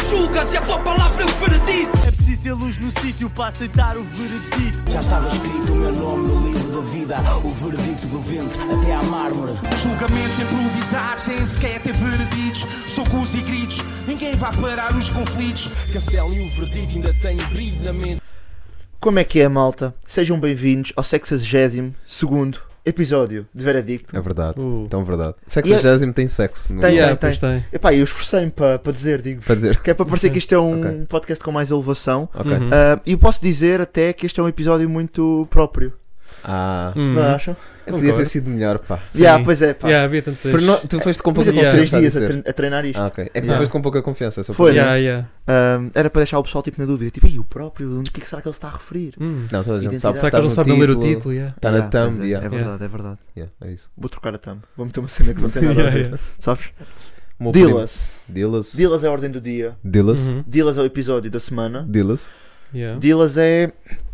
julgas e a tua palavra é o veredito. É preciso ter luz no sítio para aceitar o veredito. Já estava escrito o meu nome no livro da vida, o veredito do vento até à mármore. Julgamentos improvisados, sem sequer ter vereditos. Socos e gritos, ninguém vai parar os conflitos. Castelo e o veredito ainda têm brilho na mente. Como é que é, malta? Sejam bem-vindos ao 62º episódio de Veredicto. É verdade, tão verdade. 60º tem sexo. No... Tem. Tem. Eu esforcei-me para dizer, Para dizer. que é para parecer que isto é um podcast com mais elevação. Ok. E eu posso dizer até que este é um episódio muito próprio. Não acham? Podia ter sido melhor, pá. Pois é, pá. Havia tantas... Tu foste com pouca Mas eu tive 3 confiança dias a treinar isto. ok. É que tu foste com pouca confiança. Só Foi, por né? isso. Era para deixar o pessoal tipo, na dúvida. Tipo, e o próprio? O que será que ele está a referir? Não, toda a gente Identidade. sabe Será que eles não sabem ler o título? Está na thumb. Pois é verdade, é verdade. É isso. Vou trocar a thumb. Vou meter uma cena que não tem nada a ver. Sabes? Dilas. Dilas é a ordem do dia. Dilas. Dilas é o episódio da semana. Dilas. Dilas é...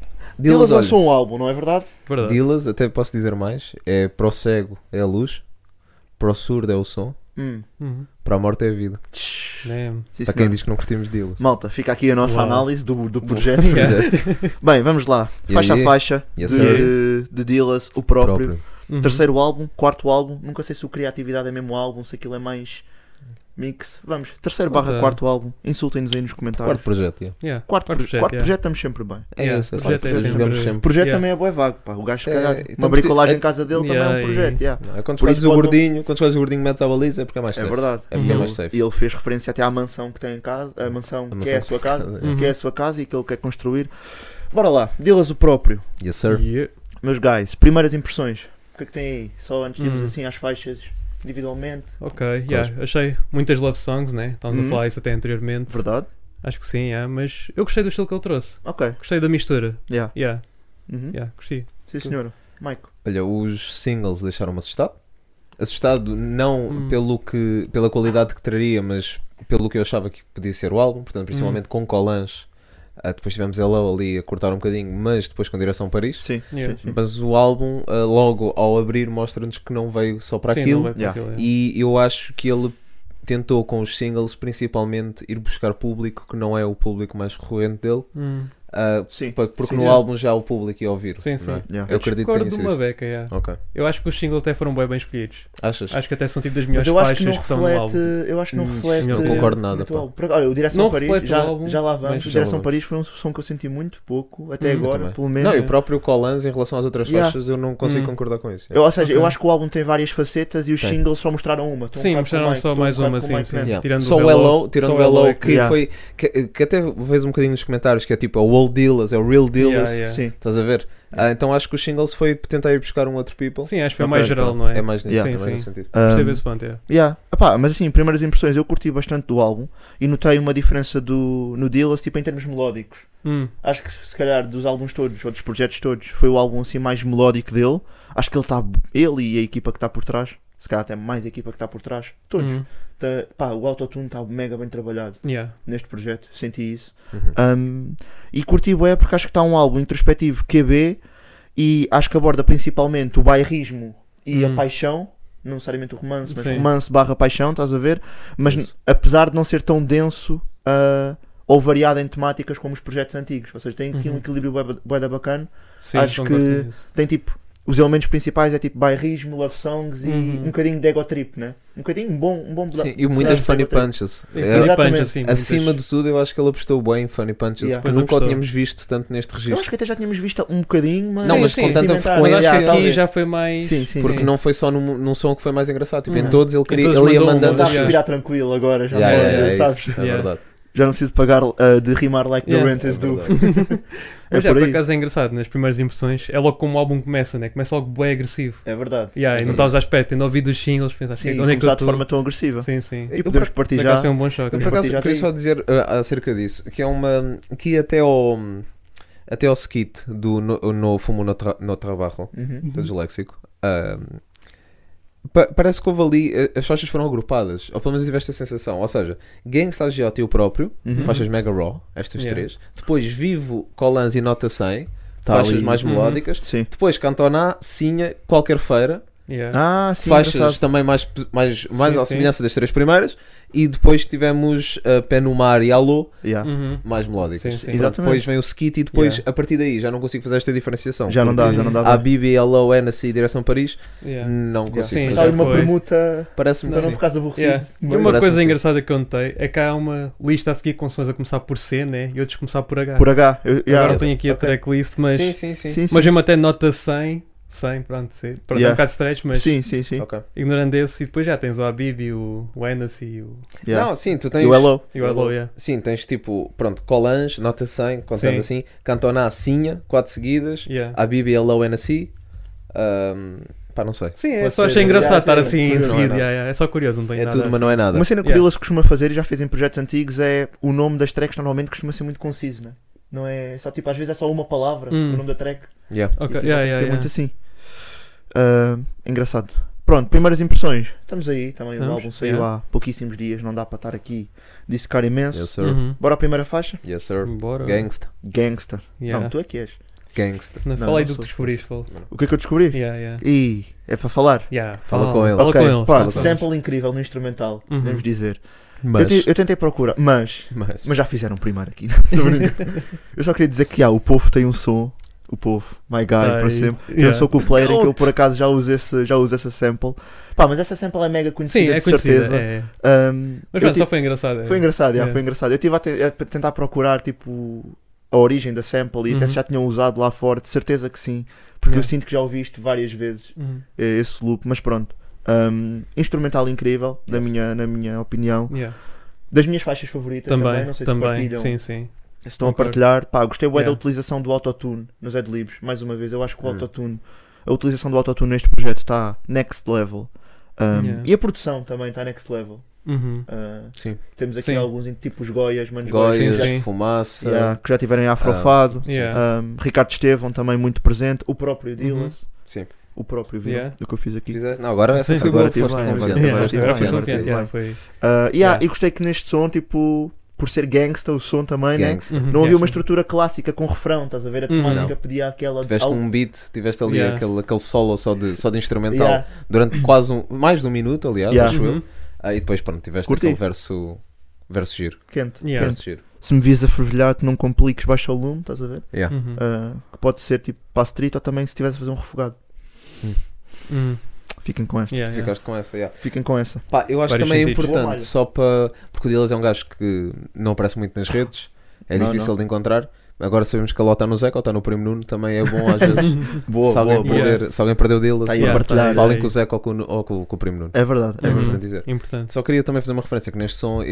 Dilas lançou um álbum, não é verdade? Verdade. Dilas, até posso dizer mais. É para o cego é a luz. Para o surdo é o som. Para a morte é a vida. Damn. Sim, Para quem diz que não curtimos Dilas. Malta, fica aqui a nossa Uau. análise do projeto. Yeah. Bem, vamos lá. Faixa a faixa Yes, de Dilas, o próprio. Uhum. Terceiro álbum, quarto álbum. Nunca sei se o Criatividade é mesmo álbum, se aquilo é mais mix. Vamos, terceiro Ok. barra quarto álbum. Insultem-nos aí nos comentários. Quarto projeto, Yeah. Quarto projeto, yeah. estamos sempre bem. É Yeah, esse, projeto é jogamos sempre- O sempre. projeto Yeah. também é bué vago, pá. O gajo, se É, calhar, então, uma bricolagem é- em casa dele também é Yeah, um projeto. Yeah. Não, é quando Por escolhes isso o pode- gordinho, quando escolhes o gordinho metes à baliza é porque é mais É safe. verdade. É porque é Uhum. mais safe. E ele fez referência até à mansão que tem em casa, a mansão A que mansão é a sua casa, Uhum. que é a sua casa e que ele quer construir. Bora lá, Dilas o próprio. Yes, sir. Yeah. Meus guys, primeiras impressões. O que é que tem aí? Só antes de irmos Uhum. assim às faixas individualmente. Ok, achei muitas love songs, né? Estávamos a falar isso até anteriormente. Verdade? Acho que sim, mas eu gostei do estilo que ele trouxe. Ok. Gostei da mistura. Yeah. Yeah, gostei. Sim, senhora. Mike. Olha, os singles deixaram-me assustado. Assustado não pela qualidade que traria, mas pelo que eu achava que podia ser o álbum, portanto, principalmente com Colãs. Depois tivemos Hello ali a cortar um bocadinho, mas depois com direção Paris. Sim. Yeah. sim, sim. Mas o álbum, logo ao abrir, mostra-nos que não veio só para Sim, aquilo. não vai para Yeah. aquilo, yeah. E eu acho que ele tentou com os singles principalmente ir buscar público que não é o público mais recorrente dele. Sim. Porque Sim, no sim. álbum já há o público ia ouvir. Sim, não sim. é? Yeah. Eu acredito que Discordo tenha de sido uma isso. beca, yeah. Ok. Eu acho que os singles até foram bem escolhidos. Achas? Acho que até são tipo das Mas melhores eu acho que faixas não que estão no reflete. álbum. Eu acho que não reflete. não concordo nada, muito pá. álbum. Olha, o Direção Não Paris, reflete o já álbum, lá vamos. mas O já Direção lá vamos. Paris foi um som que eu senti muito pouco, até Eu agora, também. pelo menos. Não, e o próprio Colans em relação às outras Yeah. faixas eu não consigo concordar com isso. Ou seja, eu Ok. acho que o álbum tem várias facetas e os Tem. singles só mostraram uma. Estou um Sim, bocado mostraram com o Mike, só estou mais um bocado uma, com o sim, Mike sim. mesmo. Yeah. Tirando Só o o Hello, tirando só o Hello, que Yeah. foi que até vejo um bocadinho nos comentários que é tipo é o Old Dealers, é o Real Dealers. Yeah. Sim. Estás a ver? Então acho que os singles foi tentar ir buscar um outro people. Sim, acho que foi Ok, mais geral, não é? É mais nisso, Yeah. é mais Sim, nesse sim. sentido. Percebo esse ponto, Yeah. Epá, mas assim, primeiras impressões, eu curti bastante do álbum e notei uma diferença no Dilas, tipo em termos melódicos. Acho que se calhar dos álbuns todos, ou dos projetos todos, foi o álbum assim mais melódico dele. Acho que ele e a equipa que está por trás, se calhar até mais a equipa que está por trás, todos. Pá, o autotune está mega bem trabalhado Yeah. neste projeto, senti isso. Uhum. E curti bué porque acho que está um álbum introspectivo QB e acho que aborda principalmente o bairrismo e a paixão, não necessariamente o romance, mas Sim. romance barra paixão, estás a ver? Mas Isso. apesar de não ser tão denso ou variado em temáticas como os projetos antigos, ou seja, tem aqui um equilíbrio bué da bacana. Sim, Acho concordo que com isso. tem tipo, os elementos principais é tipo bairrismo, love songs e Uhum. um bocadinho de ego trip, né? Um bocadinho, um bom Sim, e muitas certo, funny ego trip. punches. E É, foi exatamente. punch, assim, acima muitas- de tudo, eu acho que ele apostou bem em funny punches, Yeah. que Pois nunca o apostou. tínhamos visto tanto neste Eu acho registro. que até já tínhamos visto um bocadinho, mas Não, mas sim, com tanta cimentar, frequência. Mas acho que aqui talvez. já foi mais... Sim, sim, Porque sim. não foi só num som que foi mais engraçado. Tipo, em Uhum. todos ele queria, todos ele ia mandou uma, mandando Está a as Yeah. respirar tranquilo agora, já Yeah, pode, yeah, é sabes? isso, é Yeah. verdade. Já não preciso pagar de rimar like the Yeah. rent is due. É Mas já por por aí. acaso é engraçado, nas primeiras impressões, é logo como o álbum começa, né? Começa logo bem agressivo. É verdade. E não estavas à espera, tendo ouvido os singles, pensaste, Sim, onde é que eu começar de estou? forma tão agressiva. Sim, sim. E podemos partir Por acaso já. foi um bom choque. Eu Sim. por acaso Já queria tem. só dizer acerca disso, que é uma que ia até ao skit do No Fumo no Trabajo, Uhum. do Disléxico. Parece que houve ali, as faixas foram agrupadas, ou pelo menos tive esta sensação. Ou seja, Gangsta Agiota e o próprio, Uhum. faixas mega raw, estas Yeah. três. Depois Vivo, Colans e Nota 100, Tá faixas ali. mais melódicas. Sim. Depois Cantoná, Sinha, Qualquer Feira, Yeah. Sim, faixas engraçado. também mais à sim. semelhança das 3 primeiras, e depois tivemos Pé no Mar e Alô, Yeah. Uhum. mais melódicas. Sim, sim. Pronto, Exatamente. depois vem o Skit e depois Yeah. a partir daí já não consigo fazer esta diferenciação. Já não dá, porque já não dá A bem. Bibi, Alô, Hennessy, direção Paris, Yeah. não Yeah. consigo Sim, Está ali fazer. já uma foi. permuta Parece-me para não assim. ficares aborrecido. Yeah. E uma Parece-me coisa sim. engraçada que eu notei é que há uma lista a seguir com sons a começar por C, né? E outros a começar por H. Por H. Yeah. Agora tenho aqui a Ok. tracklist, mas, Sim, sim, sim. Sim, sim. mas mesmo até nota 100, pronto, sim. Pronto, é um Yeah. bocado stretch, mas Sim, sim, sim. Ok. ignorando esse, e depois já tens o Habibi, o Hennessy Yeah. Não, sim, tu E tens. o Hello. e o Hello, yeah. Sim, tens tipo, pronto, Colange, nota 100, contando Sim. assim, Cantona, Sinha, 4 seguidas, Yeah. a Bibi, Hello, Hennessy, pá, não sei. Sim, Pode só ser, achei mas engraçado já, estar sim, assim em não é seguida. nada. Yeah, yeah. É só curioso, não tem É nada tudo, mas assim. não é nada. Uma cena que o Yeah. Gorillaz costuma fazer e já fez em projetos antigos é o nome das tracks normalmente costuma ser muito conciso, né? Não é só tipo, às vezes é só uma palavra, o nome da track. Yeah. Ok, E yeah, é yeah, muito yeah. assim. Engraçado. Pronto, primeiras impressões. Estamos aí, também o Estamos, álbum saiu yeah. há pouquíssimos dias, não dá para estar aqui dissecar imenso. Yes, sir. Uhum. Bora à primeira faixa? Yes, sir. Bora. Gangsta. Gangster. Yeah. Não, tu é que és. Gangsta. Não, Não, fala aí não do que sou, descobriste, Paulo. O que é que eu descobri? Yeah, yeah. E é para falar. Yeah, Fala com ele. Fala Ok, com ele. pá, fala com ele. sample incrível no instrumental, Uhum. podemos dizer. Mas, Eu tentei procurar, mas já fizeram primeiro aqui. Estou brincando. Eu só queria dizer que o povo tem um som. O povo, my guy, para Ai, sempre. Tem um yeah. som com o player em que eu por acaso já uso essa sample. Pá, mas essa sample é mega conhecida, Sim, é de conhecida. certeza. É. Um, Mas eu pronto, só foi engraçado. Foi engraçado, Yeah. foi engraçado. Eu estive a tentar procurar tipo a origem da sample e até se já tinham usado lá fora, de certeza que sim, porque eu Yeah. sinto que já ouvi isto várias vezes, Uhum. esse loop, mas pronto. Instrumental incrível, na minha opinião. Yeah. Das minhas faixas favoritas também, não sei se também. partilham. Sim, sim. Se estão a Concordo. partilhar, pá, gostei bué da Yeah. utilização do autotune nos adlibs, mais uma vez, eu acho que o autotune, a utilização do autotune neste projeto está next level. Yeah. E a produção também está next level. Uhum. sim. Temos aqui Sim. alguns tipo os Goias, manos Goias, sim. fumaça. que já tiverem afrofado. Yeah. Ricardo Estevão também muito presente. O próprio Dillas. Sim. O próprio viu Yeah. do que eu fiz aqui. Não, agora essa Sim. foi Agora boa, tive foste bem, confiante. agora Yeah, tive agora bem, foi agora confiante, tive yeah, bem. foi. E gostei que neste som, tipo, por ser gangsta, o som também, né? Gangsta. Uhum. Não havia Yeah. uma estrutura clássica com refrão, estás a ver? A temática pedia aquela. Tiveste um beat, tiveste ali Yeah. aquele solo só de instrumental Yeah. durante quase mais de um minuto, aliás, Yeah. acho eu. Uhum. E depois, pronto, tiveste Curti. aquele verso giro. Quente, Yeah. quente. Verso giro. Se me vias a fervilhar-te, não compliques, baixa o lume, estás a ver? Yeah. Uhum. Que pode ser tipo para a street ou também se estivesse a fazer um refogado. Uhum. Fiquem com esta. Yeah, yeah. Ficaste com essa, yeah. Fiquem com essa. Pá, eu acho Vários também sentidos. Boa malha. importante, só para. Porque o Dillas é um gajo que não aparece muito nas redes, é Não, difícil não. de encontrar. Agora sabemos que ele ou está no Zeca ou está no Primo Nuno, também é bom às vezes. Boa, se, alguém boa, boa. perder, Yeah. se alguém perdeu o Dillas, Tá aí pronto, a partilhar. falem Aí. com o Zeca ou com o Primo Nuno. É verdade, é Uhum. É verdade. importante dizer. Importante. Só queria também fazer uma referência que neste som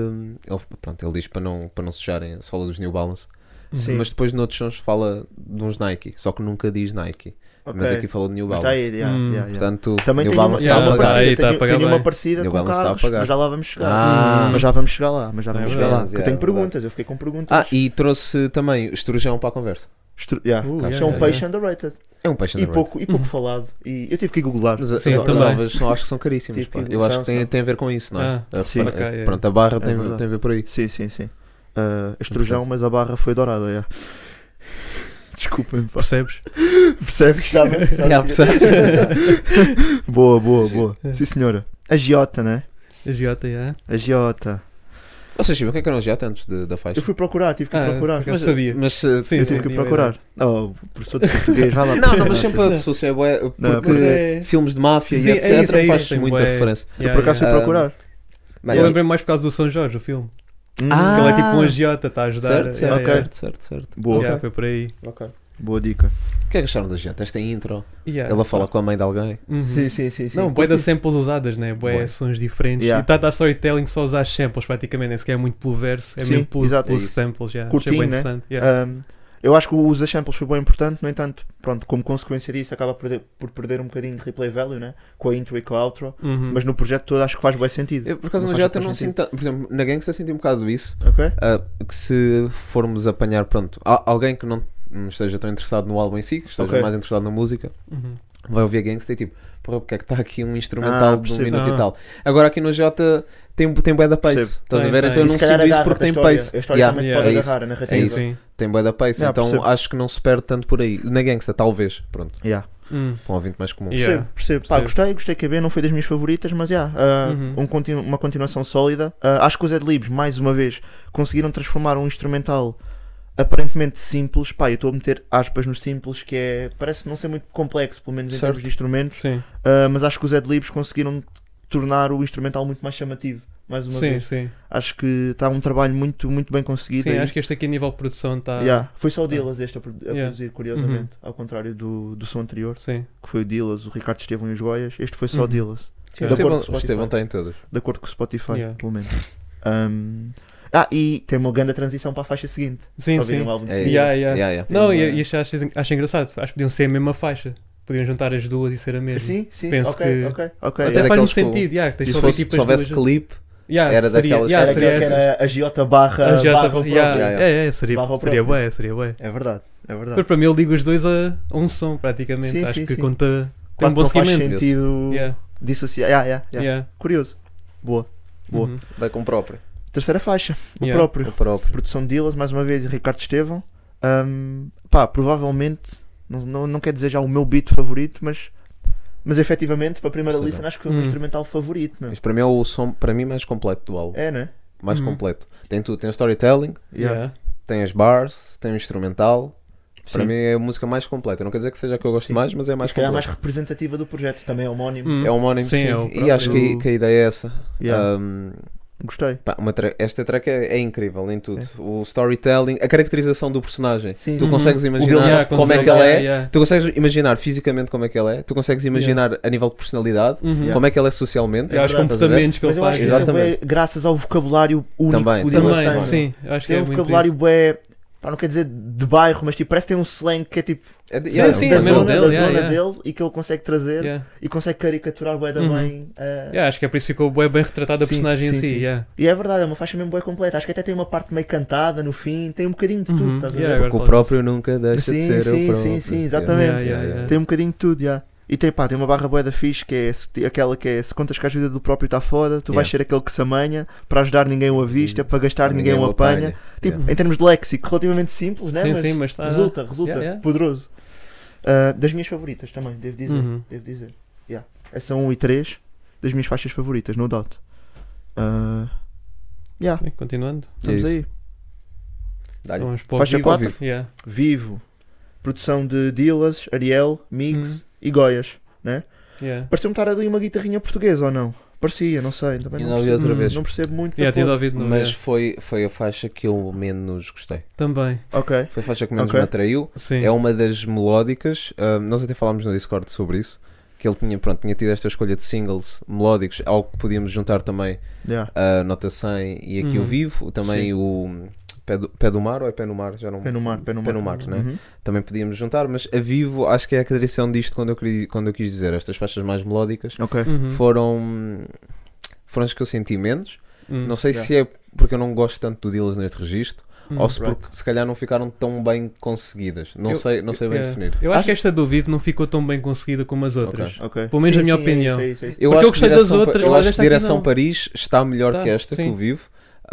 ele diz para não sujarem a sola dos New Balance, Sim. mas depois noutros sons fala de uns Nike, só que nunca diz Nike, Ok. mas aqui falou de New Mas Balance. está aí, yeah, Hum. yeah, yeah. Portanto, Também New tenho uma, Balance Yeah, está a tá pagar. aí, tá a pagar tenho bem. uma parecida New com Balance está a carros, pagar. mas já lá vamos chegar. Ah. Mas já vamos chegar lá, mas já vamos É chegar lá. verdade, Eu tenho é perguntas, eu fiquei com perguntas. E trouxe também o Esturjão para a conversa. Yeah. Yeah, Isso é um yeah, peixe yeah. underrated. É um peixe E pouco falado. E eu tive que googlar. Mas as Sim, eu também. ovas acho que são caríssimas. Tipo, pá. Eu acho que são. tem a ver com isso, não é? sim. Ok, é. Pronto, a barra tem verdade. a ver por aí. Sim. Estrujão, mas a barra foi dourada. Yeah. Desculpem, pá. Percebes? Percebes? Sabe? Yeah, percebes? Boa. Sim, senhora. A Giota, né? A Giota, yeah. A Giota. Vocês sabem o que é que eram os Jota antes da faixa? Eu fui procurar, tive que ir procurar. eu sabia. Mas, Sim, Eu tive sim, que ir sim, procurar. Oh, professor de português, vai lá. não, mas sempre Não. associei bué, porque Não, mas é- filmes de máfia Sim, e é etc. isso, é faz isso, tem muita bué. referência. Eu por acaso fui yeah. procurar. Bem, Eu lembrei mais por causa do São Jorge, o filme. Ah, Ele é tipo um agiota, está a ajudar. certo, Yeah, ok. yeah. certo. Boa, Yeah, foi por aí. Ok. boa dica. O que é que acharam da Jota? Esta intro, Yeah. ela fala com a mãe de alguém. Uhum. Sim. Não, bué das samples usadas, né? Bué Bué. sons diferentes. Yeah. E está a storytelling só a usar samples praticamente, nem sequer é muito pelo verso, é Sim, mesmo pelo exato. pelos É isso. samples. Yeah. Curtinho, Achei bem né? interessante. Yeah. Eu acho que o uso das samples foi bem importante, no entanto, pronto, como consequência disso acaba por perder um bocadinho de replay value, né? Com a intro e com a outro, Uhum. mas no projeto todo acho que faz bem sentido. Eu, por acaso, Não na faz Jota muito não sentido. sinto tanto. Por exemplo, na Gangsta senti um bocado isso. Ok? Que se formos apanhar, pronto, alguém que não esteja tão interessado no álbum em si, que esteja Ok. mais interessado na música, Uhum. vai ouvir a Gangsta e tipo, porra, porque é que está aqui um instrumental de 1 percebo. minuto e tal. Agora aqui no Jota tem bué da pace, Percebo. estás a Tem, ver? tem. Então eu E não se calhar sinto isso agarra-te porque tem a história. pace. A história também Yeah, pode é isso. agarrar a narrativa. É isso. Sim. Tem bué da pace, Yeah, então percebo. acho que não se perde tanto por aí. Na Gangsta, talvez, pronto, Yeah. para um ouvinte mais comum. Yeah. Percebo. Pá, Percebo. gostei que a B não foi das minhas favoritas, mas uma continuação sólida. Acho que os Adlibs, mais uma vez, conseguiram transformar um instrumental aparentemente simples. Pá, eu estou a meter aspas no simples, que é, parece não ser muito complexo, pelo menos em Certo. termos de instrumentos, Sim, mas acho que os Adlibs conseguiram tornar o instrumental muito mais chamativo. Mais uma sim, vez. sim. Acho que está um trabalho muito, muito bem conseguido. Sim, aí. acho que este aqui a nível de produção está... Yeah. Foi só o Dillas este a Yeah. produzir, curiosamente, ao contrário do som anterior, Sim. que foi o Dillas, o Ricardo Estevão e os Goias. Este foi só o Uhum. Dillas, Sim, De acordo com o o Spotify. Estevão está em todas. de acordo com o Spotify, Yeah. pelo menos. E tem uma grande transição para a faixa seguinte. Sim, Só sim. viram o álbum de É seguinte. isso. Yeah. Tem Não, uma- e isto acho engraçado. Acho que podiam ser a mesma faixa. Podiam juntar as duas e ser a mesma. Sim, Penso ok. Até Era faz daqueles muito sentido. Yeah, que tens E só se, ver, fosse, tipo, se as houvesse duas- clipe, Yeah, era seria, daquelas- yeah, Era seria aquele que essa. era a Giota barra A Jota- barra o próprio. yeah, Yeah, seria Barra o seria próprio. bué, seria bué. É verdade. Mas para mim eu ligo os dois a um som praticamente. Sim, Acho sim, que sim. conta. Tem um Quase bom não faz seguimento. sentido Yeah, dissociar. Yeah. Curioso. Boa. uhum, dá com o próprio. Terceira faixa, o Yeah. próprio. O próprio. Produção de Dillas, mais uma vez, e Ricardo Estevão. Provavelmente, não quer dizer já o meu beat favorito, mas efetivamente, para a primeira Percebo. lista, acho que foi o meu instrumental favorito. Meu. Isto para mim é o som para mim mais completo do álbum. É, não é? Mais Uhum. completo. Tem tudo. Tem o storytelling, Yeah. tem as bars, tem o instrumental. Para Sim. mim é a música mais completa. Não quer dizer que seja a que eu gosto Sim. mais, mas é a mais Se calhar mais completa. representativa do projeto, também é homónimo. Hum. É homónimo, Sim, sim. é o E próprio- acho que a ideia é essa. Yeah. Gostei. Pá, esta track é incrível em tudo. O storytelling, a caracterização do personagem. Sim, Tu sim. consegues imaginar Yeah, como é que consegue- ele é. yeah. Tu consegues imaginar fisicamente como é que ele é. Tu consegues imaginar a nível de personalidade Uhum. como é que ele é socialmente. Yeah, os verdade, comportamentos que Mas ele eu acho faz. que isso é Exatamente. bué graças ao vocabulário único Também, que o Dillas Também, tem. sim. Eu acho que Tem é um muito vocabulário isso. bué, não quer dizer de bairro, mas tipo, parece que tem um slang que é tipo É, Sim, yeah, sim, da é mesmo zona, dele, da yeah, zona yeah. dele e que ele consegue trazer Yeah. e consegue caricaturar bué da Uhum. bem. Yeah, acho que é por isso que ficou bem retratado a Sim, personagem em sim, si. sim. Yeah. E é verdade, é uma faixa mesmo bué completa. Acho que até tem uma parte meio cantada no fim, tem um bocadinho de tudo, Uhum. estás a Yeah, ver? agora Porque o fala próprio nunca deixa de Sim, ser sim, o próprio. sim, exatamente. Yeah. Tem um bocadinho de tudo, já. E tem uma barra bué da fixe que é aquela que é: se contas que a ajuda do próprio está foda, tu vais Yeah. ser aquele que se amanha, para ajudar ninguém o avista, para gastar ninguém o apanha. Tipo, Yeah. em termos de léxico, relativamente simples, né? Sim, mas tá- resulta Yeah. poderoso. Das minhas favoritas também, devo dizer. Uhum. Yeah. Essa 1 e 3 das minhas faixas favoritas, no doubt. Yeah, Bem, continuando. estamos isso. aí. Dá-lhe. Vamos para o Faixa vivo. 4. Yeah. Vivo. Produção de Dillas, Ariel, Mix e Goias, né? Yeah. Pareceu-me estar ali uma guitarrinha portuguesa ou não? Parecia, não sei. Também Ainda não ouvi percebo, outra vez. não percebo muito. Yeah, da tinha cor. ouvido, não Mas é? foi a faixa que eu menos gostei. Também. Ok. Foi a faixa que menos Ok. me atraiu. Sim. É uma das melódicas. Nós até falámos no Discord sobre isso. Que ele tinha tido esta escolha de singles melódicos, algo que podíamos juntar também Yeah. a Nota 100 e aqui o Vivo, também Sim. o Pé do Mar ou é Pé no Mar? Já não... Pé no mar. Pé no Mar, né? Uhum. Também podíamos juntar, mas a Vivo acho que é a tradição disto quando eu quis dizer. Estas faixas mais melódicas Ok. Uhum. foram as que eu senti menos. Não sei Yeah. se é porque eu não gosto tanto do Dillas neste registro ou se Right. porque se calhar não ficaram tão bem conseguidas. Não sei bem Yeah. definir. Eu acho Acho- que esta do Vivo não ficou tão bem conseguida como as outras. Ok. Pelo menos Sim, na minha sim, opinião. é isso. Eu Porque acho eu que gostei das outras, eu mas acho que esta aqui Direção não. Paris está melhor Tá, que esta, sim. que o Vivo.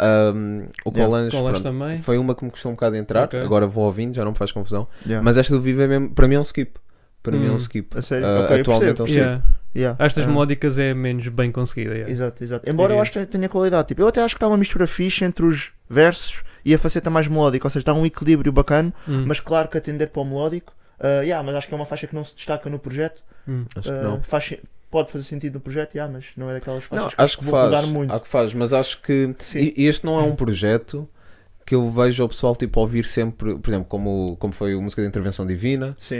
O Yeah. Colange, Colange pronto, também. foi uma que me custou um bocado a entrar. Ok. Agora vou ouvindo, já não me faz confusão. Yeah. Mas esta do Vivo é mesmo, para mim é um skip. Para mim é um skip. A sério? Ah, Ok, eu atualmente é um percebo. skip. Yeah. Yeah. Estas Ah. melódicas é menos bem conseguida. Yeah. Exato. Embora eu Diria. acho que tenha qualidade. Tipo, eu até acho que está uma mistura fixe entre os versos e a faceta mais melódica. Ou seja, está um equilíbrio bacana, mas claro que a tender para o melódico. Mas acho que é uma faixa que não se destaca no projeto. Acho que não. Pode fazer sentido no projeto, mas não é daquelas faixas Não, acho que vou faz. rodar muito. Acho que faz, mas acho que Sim. e este não é um projeto que eu vejo o pessoal tipo ouvir sempre, por exemplo, como foi a música de Intervenção Divina. Sim.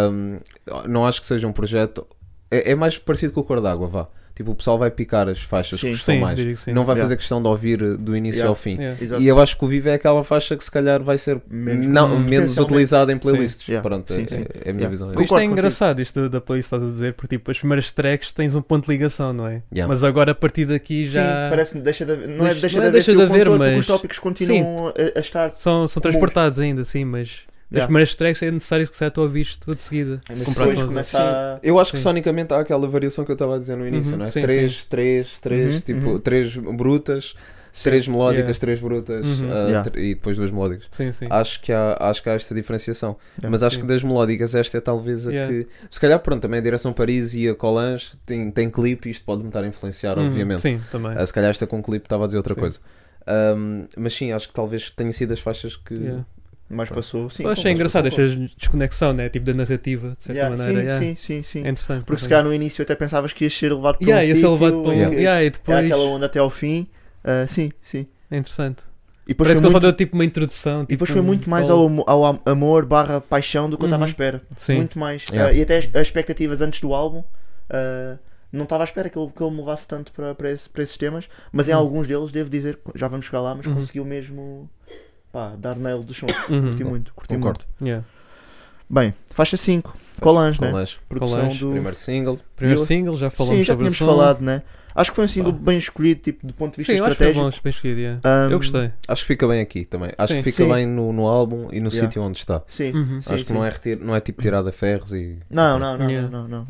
Não acho que seja um projeto. É mais parecido com o Cor d'Água, vá. Tipo, o pessoal vai picar as faixas Sim. que gostam Sim, mais. diria que sim. Não vai Yeah. fazer questão de ouvir do início Yeah. ao fim. Yeah. Exato. E eu acho que o Vivo é aquela faixa que se calhar vai ser Menos- menos potencialmente. utilizada em playlists. Sim. Yeah. Pronto, Sim, é sim. a minha Yeah. visão. Mas isto Concordo é contigo. engraçado, isto da playlist estás a dizer, porque tipo, as primeiras tracks tens um ponto de ligação, não é? Yeah. Mas agora a partir daqui já Sim, parece que deixa de haver. Deixa- Deixa não de é haver, deixa fio de haver, condutor, porque mas- os tópicos continuam a estar. são transportados ainda, sim, mas Das primeiras tracks é necessário que seja tu ouvires tudo de seguida. Mas Comprar depois coisas. começa a... Eu acho que Sim. sonicamente há aquela variação que eu estava a dizer no início, não é? Sim, 3, 3, tipo, 3 brutas, 3 melódicas, Yeah. 3 brutas Yeah. e depois 2 melódicas. Sim, sim. Acho que há esta diferenciação. Yeah. Mas acho Sim. que das melódicas esta é talvez a Yeah. que... Se calhar, pronto, também a Direção Paris e a Colange tem clipe e isto pode-me estar a influenciar, obviamente. Sim, também. Se calhar esta com clipe estava a dizer outra Sim. coisa. Mas sim, acho que talvez tenha sido as faixas que... Yeah. Mais passou, sim. Só achei engraçado esta desconexão, né? Tipo da narrativa, de certa maneira. Sim. É interessante. Porque se calhar no início até pensavas que ias ser levado para um ia ser sítio levado para um. e que- E depois. é aquela onda até ao fim. Sim. É interessante. E depois, Parece foi que ele só muito, deu tipo uma introdução. e depois tipo, foi muito mais um- ao amor / paixão do que eu estava à Uhum. espera. Sim. Muito mais. Yeah. E até as expectativas antes do álbum, não estava à espera que ele me levasse tanto para esses temas. Mas em Uhum. alguns deles, devo dizer, já vamos chegar lá, mas Uhum. conseguiu mesmo dar nail do som. Uhum. Curti muito. Concordo. Yeah. Bem, faixa 5, Colange, né? Colange. Produção Colange, do... Primeiro single. Primeiro Eu- single, já falamos Sim, já sobre o tínhamos som. falado, né? Acho que foi um single bem escolhido, tipo, do ponto de vista Sim, eu acho que foi estratégico. bom, bem escolhido, yeah. Um, Eu gostei. Acho que fica bem aqui também. Acho Sim. que fica Sim. bem no álbum e no Yeah. sítio onde está. Sim, Uhum. sim, Acho que sim. não é tipo tirada a ferros e... Não. Yeah.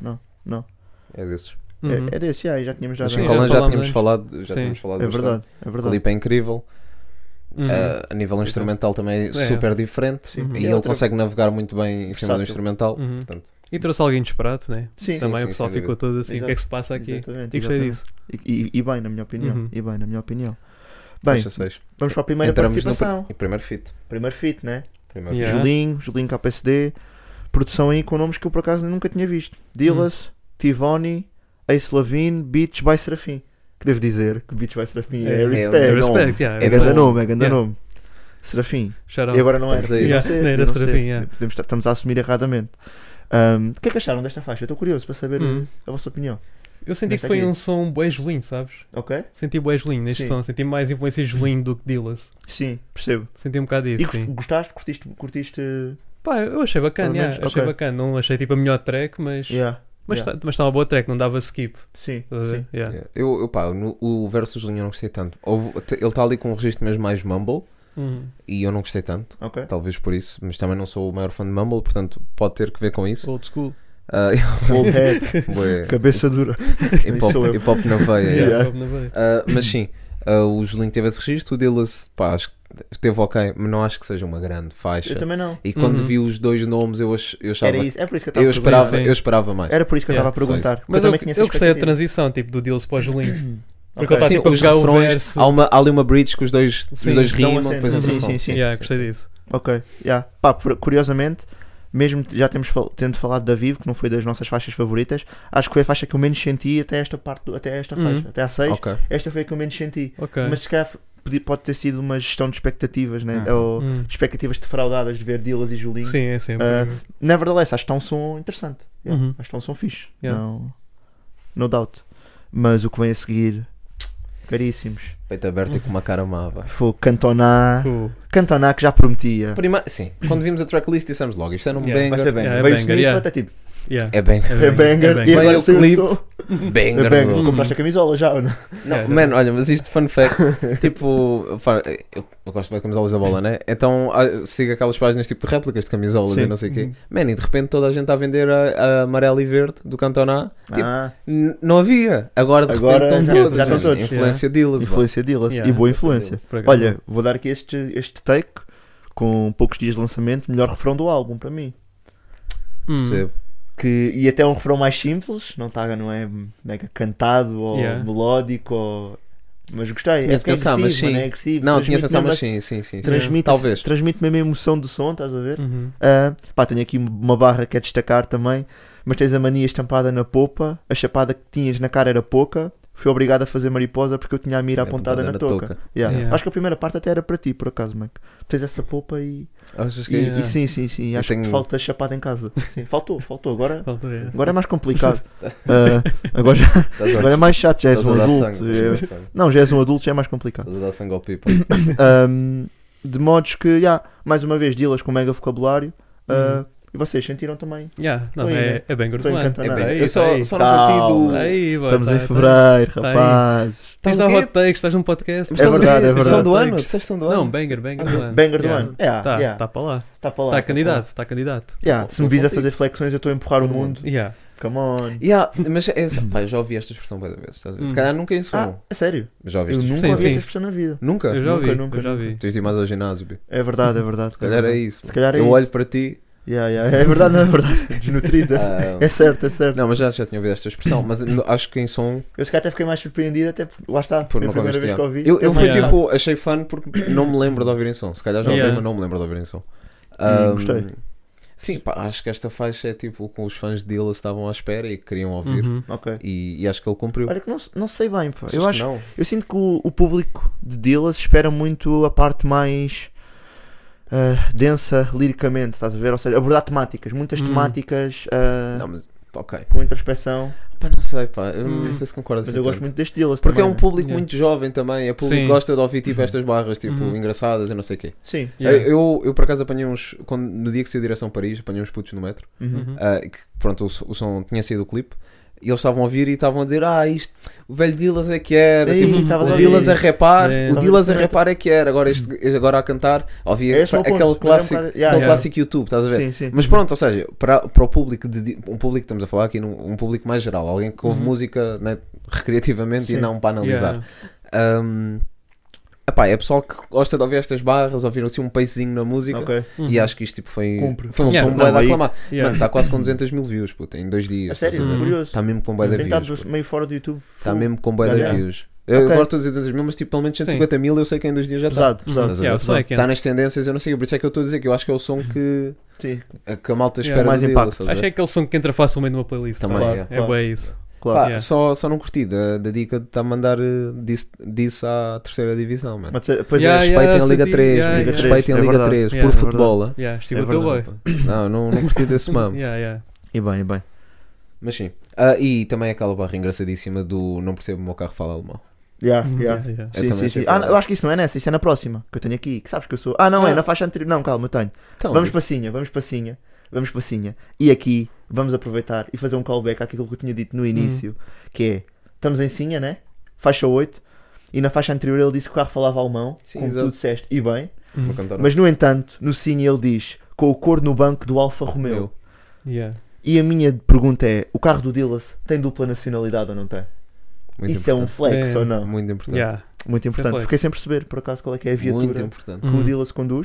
É desses. Uhum. É desse, já tínhamos já Mas Sim, em dado. Colange já já falamos tínhamos antes. falado. Sim. É bastante. verdade, é O verdade. clipe é incrível. Uhum. A nível instrumental também é É. super diferente. Sim. Uhum. E É ele outra- consegue navegar muito bem em cima do Versátil. instrumental. Uhum. Portanto, E trouxe alguém inesperado, né? Sim, Também sim, o pessoal sem ficou todo assim, Exato. o que é que se passa aqui? Exatamente, E gostei exatamente. disso. E bem, na minha opinião. Uhum. E bem, na minha opinião. Bem, faixa 6. vamos para a primeira Entramos participação. no primeiro feat. Primeiro feat, né? Primeiro Yeah. Julinho KPSD. Produção aí com nomes que eu por acaso nunca tinha visto. Dillas, Tivoni, Ace Lavigne, Beats by Serafim. Que devo dizer que Beats by Serafim é, É respect. É bom. respect, yeah, É é grande bom. nome, é grande Yeah. nome. Serafim. Shout out. E agora não era. Estamos aí. Podia Yeah, ser, não era podia não Serafim, ser. yeah. Estamos a assumir erradamente. O que é que acharam desta faixa? Eu estou curioso para saber Uhum. a vossa opinião. Eu senti Nesta que foi aqui. um som bué Julinho, sabes? Ok? Senti bué Julinho neste Sim. som. Senti mais influência Julinho do que Dillas. Sim, percebo. Senti um bocado E disso, sim. gostaste? Curtiste? Pá, eu achei bacana, Pelo menos, yeah, achei ok. bacana. Não achei tipo a melhor track, mas Yeah. yeah. está uma boa track, não dava skip. Sim, Estás a ver? sim. Yeah. Yeah. O versus Julinho eu não gostei tanto. Ele está ali com um registro mesmo mais mumble Uhum. e eu não gostei tanto. Ok. Talvez por isso, mas também não sou o maior fã de mumble, portanto pode ter que ver com isso. Old school. Ah, Old head. bué, Cabeça dura. sou eu. hip hop na veia. Yeah. yeah. Rob na veia. Mas sim, o Julinho teve esse registro, o Dillas, pá, acho que esteve ok, mas não acho que seja uma grande faixa. Eu também não. E quando Uhum. vi os dois nomes, eu achava. Era isso. É por isso que Eu eu estava a perguntar. Sim. eu esperava mais. Era por isso que eu estava a Yeah, perguntar. porque Mas eu eu, também tinha essa eu gostei da expectativa. transição tipo, do Dillas para o Julinho. Porque Ok. ele está Sim, tipo a os pegar o refrões, verso. há ali uma bridge que os dois Sim, dão a rimam, cena. depois entra Sim, o som. sim, sim. Yeah, gostei disso. Ok, yeah. Pá, curiosamente, mesmo já tendo falado da Vivo, que não foi das nossas faixas favoritas, acho que foi a faixa que eu menos senti até esta parte, até esta faixa, até a 6. Ok. Esta foi a que eu menos senti. Ok. Mas se calhar pode ter sido uma gestão de expectativas, né? Uhum. Ou Hum. expectativas defraudadas de ver Dillas e Julinho. Sim, é sempre. Nevertheless, acho que está um som interessante. Yeah, Uhum. Acho que está um som fixe. Yeah. Não, no doubt. Mas o que vem a seguir, caríssimos, Peito aberto e com uma cara mava. foi Cantoná. Cool. Cantoná que já prometia. Sim, quando vimos a tracklist dissemos logo, isto é um Yeah. Vai banger. ser banger. Yeah, é Veio o banger, snippet, yeah. é tipo, Yeah. É banger. é banger. E Veio agora o saiu o clipe. som. É Banger. banger. Uhum. Compraste a camisola já ou não? Não, Yeah, mano, olha, mas isto, fun fact, tipo, pá, eu gosto bem de camisolas da bola, né? Então sigo aquelas páginas tipo de réplicas de camisolas Sim. e não sei o quê. Man, e de repente toda a gente está a vender a amarela e verde do Cantoná. Tipo, Ah, não havia. Agora de Agora repente já- estão todos. já estão mano. todos, Influência deles. influência delas. Yeah. E boa influência. Por acaso. Olha, vou dar aqui este take com poucos dias de lançamento, melhor refrão do álbum para mim. Percebo. E até um refrão mais simples, não é mega cantado ou Yeah. melódico, mas gostei. Tinha É de porque é pensar, mas agressivo, sim. mano, é agressivo. Não, tinha de transmite pensar, mas mesmo sim. Transmite, Talvez. transmite mesmo a emoção do som, estás a ver? Uhum. Pá, tenho aqui uma barra que é destacar também, mas tens a mania estampada na popa, a chapada que tinhas na cara era pouca, fui obrigado a fazer mariposa porque eu tinha a mira apontada na touca. Yeah. Yeah. Acho que a primeira parte até era para ti, por acaso, Mike. Tens essa popa e Achas que é Yeah. isso? sim, acho que tenho- te falta chapada em casa. Sim, faltou, agora Faltou, yeah. é mais complicado. Agora é mais chato, já és um adulto. Não, já és um adulto, já é mais complicado. Estás a dar sangue ao people. De modos que, mais uma vez, Dillas com mega vocabulário. E vocês sentiram também? Não, Oi, né? é banger do Estou ano. encantonado. Eu só não curti do. Aí, boy, Estamos tá- em tá- fevereiro, tá aí. rapazes. Tens de dar hot takes, estás num podcast. É verdade, é São do verdade. ano? Disseste são do ano? Não, banger do ano. Banger do Yeah. ano. Yeah. Tá para lá. Está para lá. Está candidato. Yeah, se me vis a contigo. fazer flexões, eu estou a empurrar o mundo. Yeah. Come on. Mas pá, eu já ouvi esta expressão várias vezes. Estás a ver? Se calhar nunca em som. É sério? Mas já Eu ouviste. nunca Sim, ouvi sim. essa expressão na vida. Nunca? Eu já vi, nunca. eu já vi. Tens de ir mais ao ginásio, Bi. É verdade, é verdade. Se calhar é isso. Se calhar é eu isso. olho para ti. É verdade, não é verdade. Desnutrida. ah, É certo, é certo. Não, mas já tinha ouvido esta expressão. Mas acho que em som. Eu se calhar até fiquei mais surpreendido, até porque lá está. Por Foi a nunca primeira ouviste, vez que ouvi. Eu fui Yeah. tipo, achei fun porque não me lembro de ouvir em som. Se calhar já ouvi, Yeah. mas não me lembro de ouvir em som. Gostei. Sim, pá, acho que esta faixa é tipo com os fãs de Dilla estavam à espera e queriam ouvir. Uhum. Ok. E acho que ele cumpriu. Olha que não sei bem, pá. Achas que não? Eu sinto que o público de Dillas espera muito a parte mais densa liricamente, estás a ver? Ou seja, abordar temáticas, muitas temáticas Não, mas ok. com introspeção. Pá, não sei, pá, eu não sei se concordo Mas assim eu gosto tanto. muito deste Dillas Porque também, é um né? público Yeah. muito jovem também. É público Sim. que gosta de ouvir tipo estas barras tipo Uhum. engraçadas e não sei o quê. Sim. Yeah. Eu por acaso apanhei uns. No dia que saiu direção Paris, apanhei uns putos no metro. Uhum. Que pronto, o som tinha saído o clipe. E eles estavam a ouvir e estavam a dizer: isto, o velho Dillas é que era. Ei, Tipo, estavas a o ouvir Dillas a isso. rapar, É. o Dillas a rapar é que era. Agora a cantar, ouvia Esse é o ponto, aquele mas é um clássico, bocado- aquele yeah. clássico YouTube, estás a ver? Sim, sim. Mas pronto, ou seja, para o público, um público que estamos a falar aqui, um público mais geral, alguém que ouve música, né, recreativamente e Sim. não para analisar. Yeah. Epá, é pessoal que gosta de ouvir estas barras, ouvir assim um pacezinho na música. Ok. E acho que isto tipo, foi um Cumpre. som Yeah, bué de não, aí- aclamado. Yeah. Mano, está quase com 200 mil views, puta, em 2 dias. A sério? estás a ver? Curioso. Está mesmo com bué de Tem views. estado meio fora do YouTube. Está mesmo com bué de Yeah. views. Eu Ok. agora estou a dizer 200 mil, mas tipo pelo menos 150 mil eu sei que em 2 dias já está. Pesado, pesado. Estás a Yeah, ver? o som é quente. Está nas tendências, eu não sei, por isso é que eu estou a dizer que eu acho que é o som que Sim, a malta Yeah. espera Mais do impacto. Dillas, estás a Acho que ver? é aquele som que entra facilmente numa playlist. Também, sabe? yeah. É bem isso. claro. Pá, Yeah. só não curti da dica de estar a mandar disso à terceira divisão, mano. Mas, pois Yeah, é, Respeitem a Liga senti- 3, yeah, mano. yeah. Respeitem a É Liga verdade. 3 Yeah, por é futebol. Hein? Yeah, estive É o teu boy. verdade. Não curti desse mamo. Yeah. E bem, e bem. Mas sim. E também aquela barra engraçadíssima do não percebo o meu carro fala alemão. Yeah. Yeah, yeah. Eu Sim, também sim, achei sim. piada. Eu acho que isso não é nessa, isso é na próxima que eu tenho aqui. Que sabes que eu sou. Não, é na faixa anterior. Não, calma, eu tenho. Então, Vamos para Sinha. E aqui vamos aproveitar e fazer um callback àquilo que eu tinha dito no início, que é, estamos em Sinha, né? Faixa 8, e na faixa anterior ele disse que o carro falava alemão, Sim, como exato. tu disseste, e bem. vou cantar Mas no entanto, no Sinha ele diz, com o cor no banco do Alfa Romeo. meu. Yeah. E a minha pergunta é, o carro do Dillas tem dupla nacionalidade ou não tem? Muito Isso é um importante. flex É. ou não? Muito importante. Yeah. Muito importante. flex. Fiquei sem perceber, por acaso, qual é que é a Muito viatura importante. que Uhum. o Dillas conduz.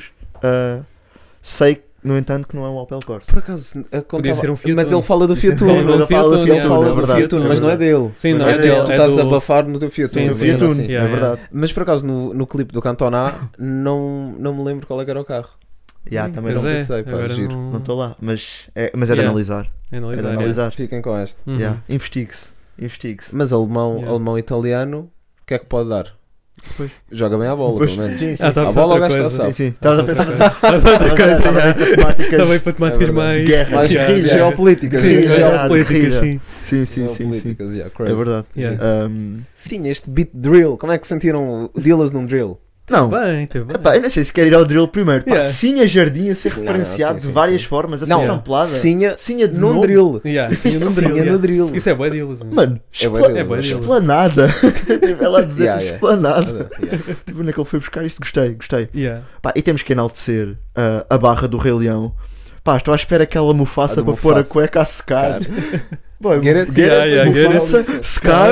Sei, no entanto, que não é um Opel Corsa. Por acaso, Podia ser um Fiat mas Uno. ele fala do Fiat Ele Uno. fala do Fiat Uno, Ele fala é do verdade, Fiat Uno, é mas não é dele. Sim, não é é dele, dele. Tu é estás do- a abafar no teu Fiat Sim, Uno. sim, Fiat uma Uno, cena assim. Yeah, é verdade. Mas por acaso no clipe do Cantona não me lembro qual é que era o carro. Também Pois não é, sei, pá, agora giro. não estou lá, mas é de Yeah. analisar. É É de analisar. analisar. Fiquem com esta. Uhum. Yeah. Investigue-se. Mas alemão, Yeah. alemão italiano, o que é que pode dar? Pois. Joga bem à bola, Pois, pelo menos. sim, sim. Ah, tá A a bola o outra gajo coisa. está Sim, sabe. sim. Estavas a pensar Mas outra coisa, Estavas yeah. em matemáticas Também para temáticas É verdade. mais. de guerra. Mais Yeah, yeah. geopolíticas. Sim, Yeah, geopolíticas, yeah. sim. Sim. Geopolíticas, yeah, É crazy. verdade. Yeah. Sim, este beat drill, como é que sentiram o Dillas num drill? Não, Bem, teve bem. epá, eu não sei se quer ir ao drill primeiro. Pá, Yeah. Sinha Jardim a ser Sim, referenciado não, sim, de várias sim. formas, a Não, ser samplada. Sinha Sinha de num novo. drill. Yeah, sim, num Sinha drill, yeah. no drill. Isso é bué deles. Mano, É bué deles. É bué deles. esplanada. Vai lá dizer Yeah, yeah. esplanada. Yeah. Tipo, onde é que ele foi buscar isto? Gostei. Yeah. Pá, e temos que enaltecer a barra do Rei Leão. Pá, estou à espera aquela Mufasa A do para pôr a Mufasa. cueca a secar. Boy, Get it? get Yeah, it, yeah, Mufasa, get it. secar.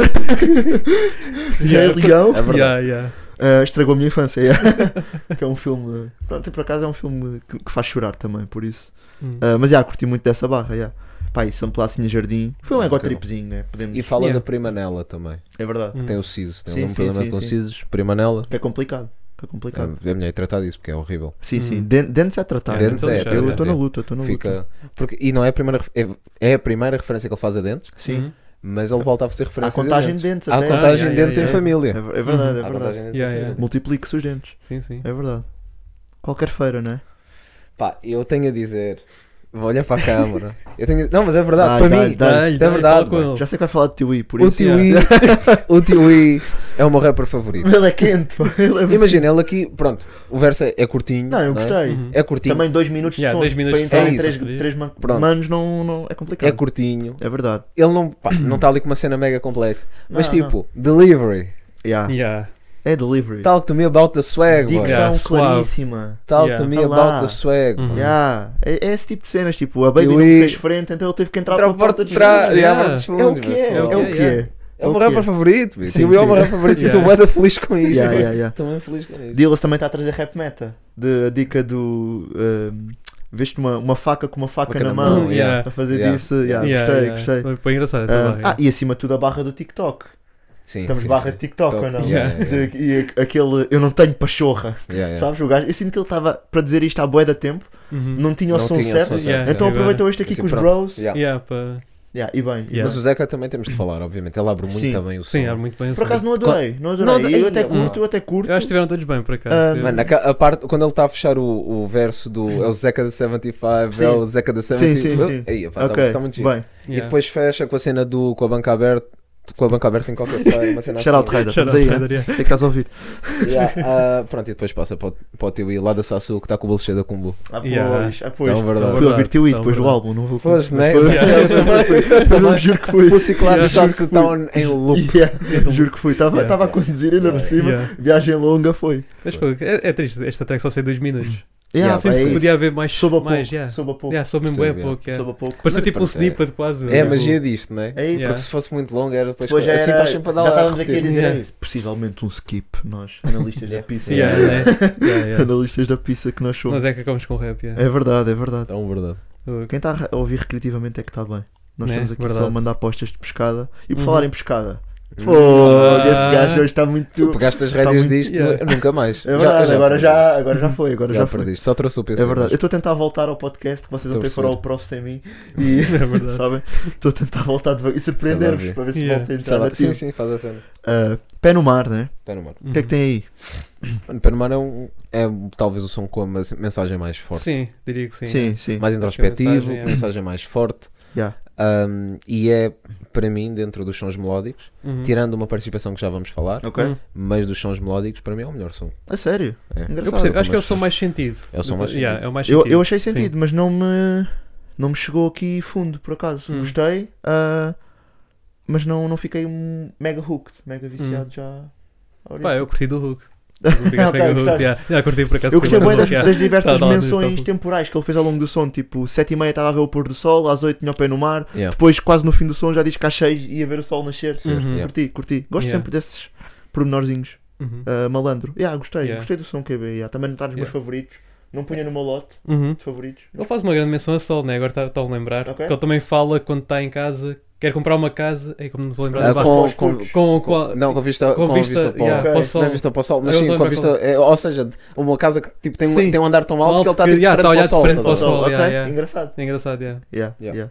Rei Leão. É verdade. Yeah, yeah. Estragou a minha infância. Yeah. Que é um filme. Pronto, por acaso é um filme que faz chorar também, por isso. Mas curti muito dessa barra. Yeah. Pá, e samplar assim a Jardim. Foi um Ok. egotripzinho, né? Podemos... E fala Yeah. da prima Nela também. É verdade. Hum. Tem o Siso. Tem Sim, um sim, problema sim, com o sim. Sisos. Prima Nela. Que é complicado. É melhor tratar disso porque é horrível. Sim, sim. Hum. Dentes é tratado. Dentes é Eu tratado, estou na é. luta, Fica... Porque... E não é a primeira. É a primeira referência que ele faz a dentes, Sim. Uhum. mas ele volta a fazer Há referências contagem a de dentes. dentes Há até. contagem de Yeah, dentes yeah, em família. É verdade, é Há verdade. contagem de dentes em Yeah, família. Multiplique-se os dentes. Sim, sim. É verdade. Qualquer feira, não é? Pá, eu tenho a dizer, Vou olhar para a câmara. Não, mas é verdade, Dá-lhe, para mim, dá-lhe, é verdade. fala com ele. Já sei que vai falar de Tiwi, por O isso. Tiwi é o meu rapper favorito. Ele é quente, pô. Imagina, ele aqui, pronto, o verso é curtinho. Não, eu é? gostei. Uhum. É curtinho. Também 2 minutos de Yeah, som. 2 minutos Para de entrar som. em É 3 Pronto. manos não é complicado. É curtinho. É verdade. Ele não está ali com uma cena mega complexa. Mas Não, tipo, delivery. Yeah. Yeah. É delivery. Talk to me about the swag, boy. Dicção Yeah, suave. claríssima. Talk Yeah. to me Tá lá. about the swag, boy. Uhum. Yeah. É esse tipo de cenas. Tipo, a Baby não Tiwi. fez frente, então ele teve que entrar Entra pela porta de trás. fundo. Yeah. É o que é. É o que é. É o meu rapper favorito, Sim, Tiwi é o meu sim. rapper favorito e Yeah. estou bem feliz com isto. Yeah, boy. yeah, yeah. Estou bem feliz com isto. Dillas também está a trazer rap meta. A dica do. Veste uma faca com uma faca na mão. Yeah. A fazer Yeah. disso. Yeah, Yeah, gostei, yeah. gostei. Foi engraçado essa barra. E acima de tudo a barra do TikTok. Sim, Estamos sim, barra sim. de TikTok ou não? Yeah, yeah, yeah. E aquele eu não tenho pachorra. Yeah, yeah. Sabes? O gajo, eu sinto que ele estava para dizer isto há bué de tempo, Uhum. não tinha o Não som tinha o certo, som certo, Yeah. então yeah. aproveitou este aqui Assim, com os pronto. bros. Yeah. Yeah, pá. E bem. Yeah. Mas o Zeca também temos de falar, obviamente. Ele abre muito Sim. também o som. Sim, era muito bem. Por acaso não adorei. Não Não, adorei. Eu ainda, até curto. Eu acho que estiveram todos bem, por acaso. Ah, Mano, a parte, quando ele está a fechar o verso do é o Zeca da 75, Sim. é o Zeca da 70. Sim, sim, sim. Aí, pá, Ok, tá muito giro. bem. E depois fecha com a cena com a banca aberta. Com a banca aberta em qualquer feira, uma cena Shout out assim. Raider, estamos aí. Sei que estás a ouvir. Yeah, pronto, e depois passa para o Tiwi lá da Sassu que está com o bolso cheio da Kumbu. Yeah. Pois. Não, verdade. Fui ouvir Tiwi Não, depois do verdade. álbum, não vou. Foste, né? Foi. Yeah. Eu também juro que fui. O ciclado Yeah, do Sassu está em loop. Yeah, juro que fui. Estava Yeah. a conduzir ainda por cima. Yeah. Viagem longa foi. Mas pô, é triste, esta track só sei 2 minutos. Yeah, Sempre é se isso. podia haver mais. Soube a pouco. mais, yeah. Soube a pouco. Yeah, soube mesmo Percebo, bem pouco. Soube a pouco. Parecia Mas tipo um parece- snippet quase. É a magia disto, né? É isso. Yeah. Porque se fosse muito longo era depois Depois assim era- estás sempre a dar já lá a estávamos aqui a repetir. dizer Yeah. isso. Possivelmente um skip, nós, analistas da pizza. Yeah, né? Yeah, yeah. Analistas da pizza que nós somos. Nós é que acabamos com rap. Yeah. É verdade, é verdade. Então, verdade. Quem está a ouvir recreativamente é que está bem. Nós Né? estamos aqui só Verdade. a mandar apostas de pescada. E por Uhum. falar em pescada, pô, Ah. esse gajo hoje está muito. Tu pegaste as Tá rédeas muito- disto, Yeah. nunca mais. É verdade, agora perdiste. já foi. Agora já foi. perdiste. Só trouxe o PC. É verdade. Eu mas- estou a tentar voltar ao podcast que vocês Estou a ontem foram ao perceber. prof sem mim. E É verdade. sabem? Estou a tentar voltar devagar e surpreender-vos Sei lá, para ver se Yeah. volto a Sei entrar lá, na sim, team. sim, faz a cena. Pé no mar, né? Pé no mar. O que é que tem aí? Mano, Pé no mar é talvez o som com a mensagem mais forte. Sim, diria que sim. Sim, sim. Mais introspectivo, mensagem é- mensagem mais forte. Yeah. E é, para mim, dentro dos sons melódicos, Uhum. tirando uma participação que já vamos falar, Ok. Uhum. mas dos sons melódicos, para mim é o melhor som. A sério? É. Engraçado. Eu percebo, acho que é o mas- som mais sentido. É o som mais Yeah, sentido. é o mais Eu sentido. achei Sim. sentido, mas não me chegou aqui fundo, por acaso. Gostei, mas não fiquei mega hooked, mega viciado já. Pá, eu curti do Hook. Ok, gostaste? Já curti por acaso. Eu gostei curti bem do Hook, yeah. das diversas Tá lá no menções top. temporais que ele fez ao longo do som. Tipo, 7h30 estava a ver o pôr do sol, às 8 tinha o pé no mar. Yeah. Depois, quase no fim do som, já diz que às 6 ia ver o sol nascer. Uhum. Yeah. Curti. Gosto Yeah. sempre desses pormenorzinhos. Uhum. Malandro. Gostei. Yeah. Gostei do som QB. Também não está nos meus Yeah. favoritos. Não punha no meu lote Uhum. de favoritos. Ele faz uma grande menção a Sol, né? Agora estou a lembrar. Ok. Que ele também fala quando está em casa, quer comprar uma casa. Ei, como não vou lembrar Ah, da barra. não, com vista com para vista, o yeah, Ok. para o sol. Não é vista para o sol, mas Eu sim, estou a com lembrar vista. Ou seja, uma casa que tipo, Sim. tem um andar tão alto que ele está que, tipo, yeah, de tá a olhar frente de para o frente sol. para o sol. Ok, yeah, yeah. engraçado. É engraçado, yeah. Yeah.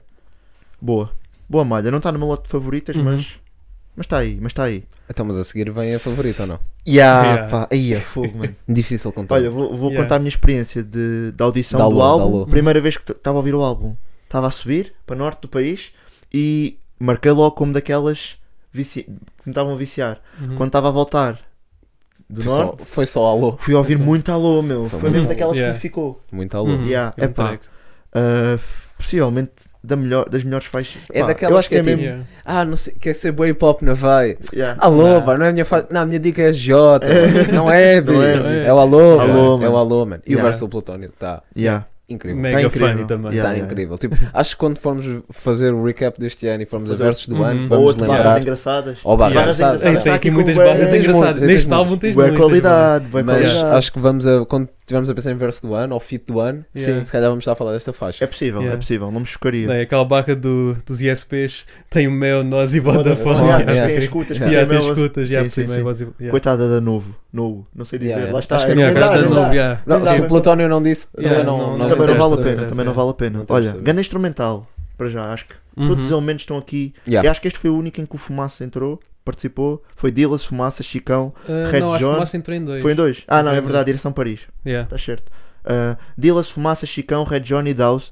Boa malha. Não está no meu lote de favoritas, Uhum. mas está aí. Então, mas a seguir vem a favorita ou não? Yeah. Pá, aí é fogo, mano. Difícil contar. Olha, vou Yeah. contar a minha experiência da audição Download, do álbum. download. Primeira vez que estava a ouvir o álbum, estava a subir para o norte do país e marquei logo como daquelas que me estavam a viciar. Uhum. Quando estava a voltar do norte, Foi só alô. fui ouvir muito alô, meu. Foi Foi mesmo muito daquelas Yeah. que me ficou. Muito alô. Uhum. Yeah, É um epá. track. Possivelmente das melhores faixas. É Pá, daquelas eu acho que que é é tipo- mesmo. Yeah. Não sei, quer ser boa hip hop, não vai. Yeah. Alô, Não. pá, não é a minha Não, a minha dica é J. Não é, B. Não é. É o alô, Alô, mano. É o mano. alô, mano. E o Yeah. verso do Plutónio está Yeah. incrível. Mega Tá incrível. funny também. Yeah. Está incrível. Tipo, acho que quando formos fazer o recap deste ano e formos a Fazer- versos do Uhum. ano, Ou vamos outro, barras lembrar. engraçadas. Ou barras Barras engraçadas. Ei, engraçadas. tem Está aqui com muitas bué- barras tens engraçadas. muitas, Neste tens álbum tens Boa muitas. qualidade, boa Mas qualidade. acho que quando estivermos a pensar em verso do ano ou fit do ano, Yeah. se calhar vamos estar a falar desta faixa. É possível, não me chocaria. Não, é aquela barra dos ISPs tem o meu, nós e Vodafone, Vodafone. yeah, yeah. tem escutas, Yeah, tem mesmo- escutas, Sim, yeah, sim, primeiro sim. voz e- yeah. Coitada da Novo, não sei dizer, Yeah, lá está. acho que é Yeah, não cara, dá, da não novo, dá. yeah. Não, Não se dá. o Plutónio não disse, Yeah, também não não Também não vale a interessa, pena, também não vale a pena. Não tem Olha, de saber. grande instrumental, para já, acho que Uhum. todos os elementos estão aqui. Yeah. Eu acho que este foi o único em que o Fumaça entrou, participou. Foi Dillas, Fumaça, Chicão. Red Não, acho que John. o Fumaça entrou em dois. Foi em dois? Ah, não, é Foi em verdade, Direção Paris. Yeah. Está certo. Dillas, Fumaça, Chicão, Red John e Daus.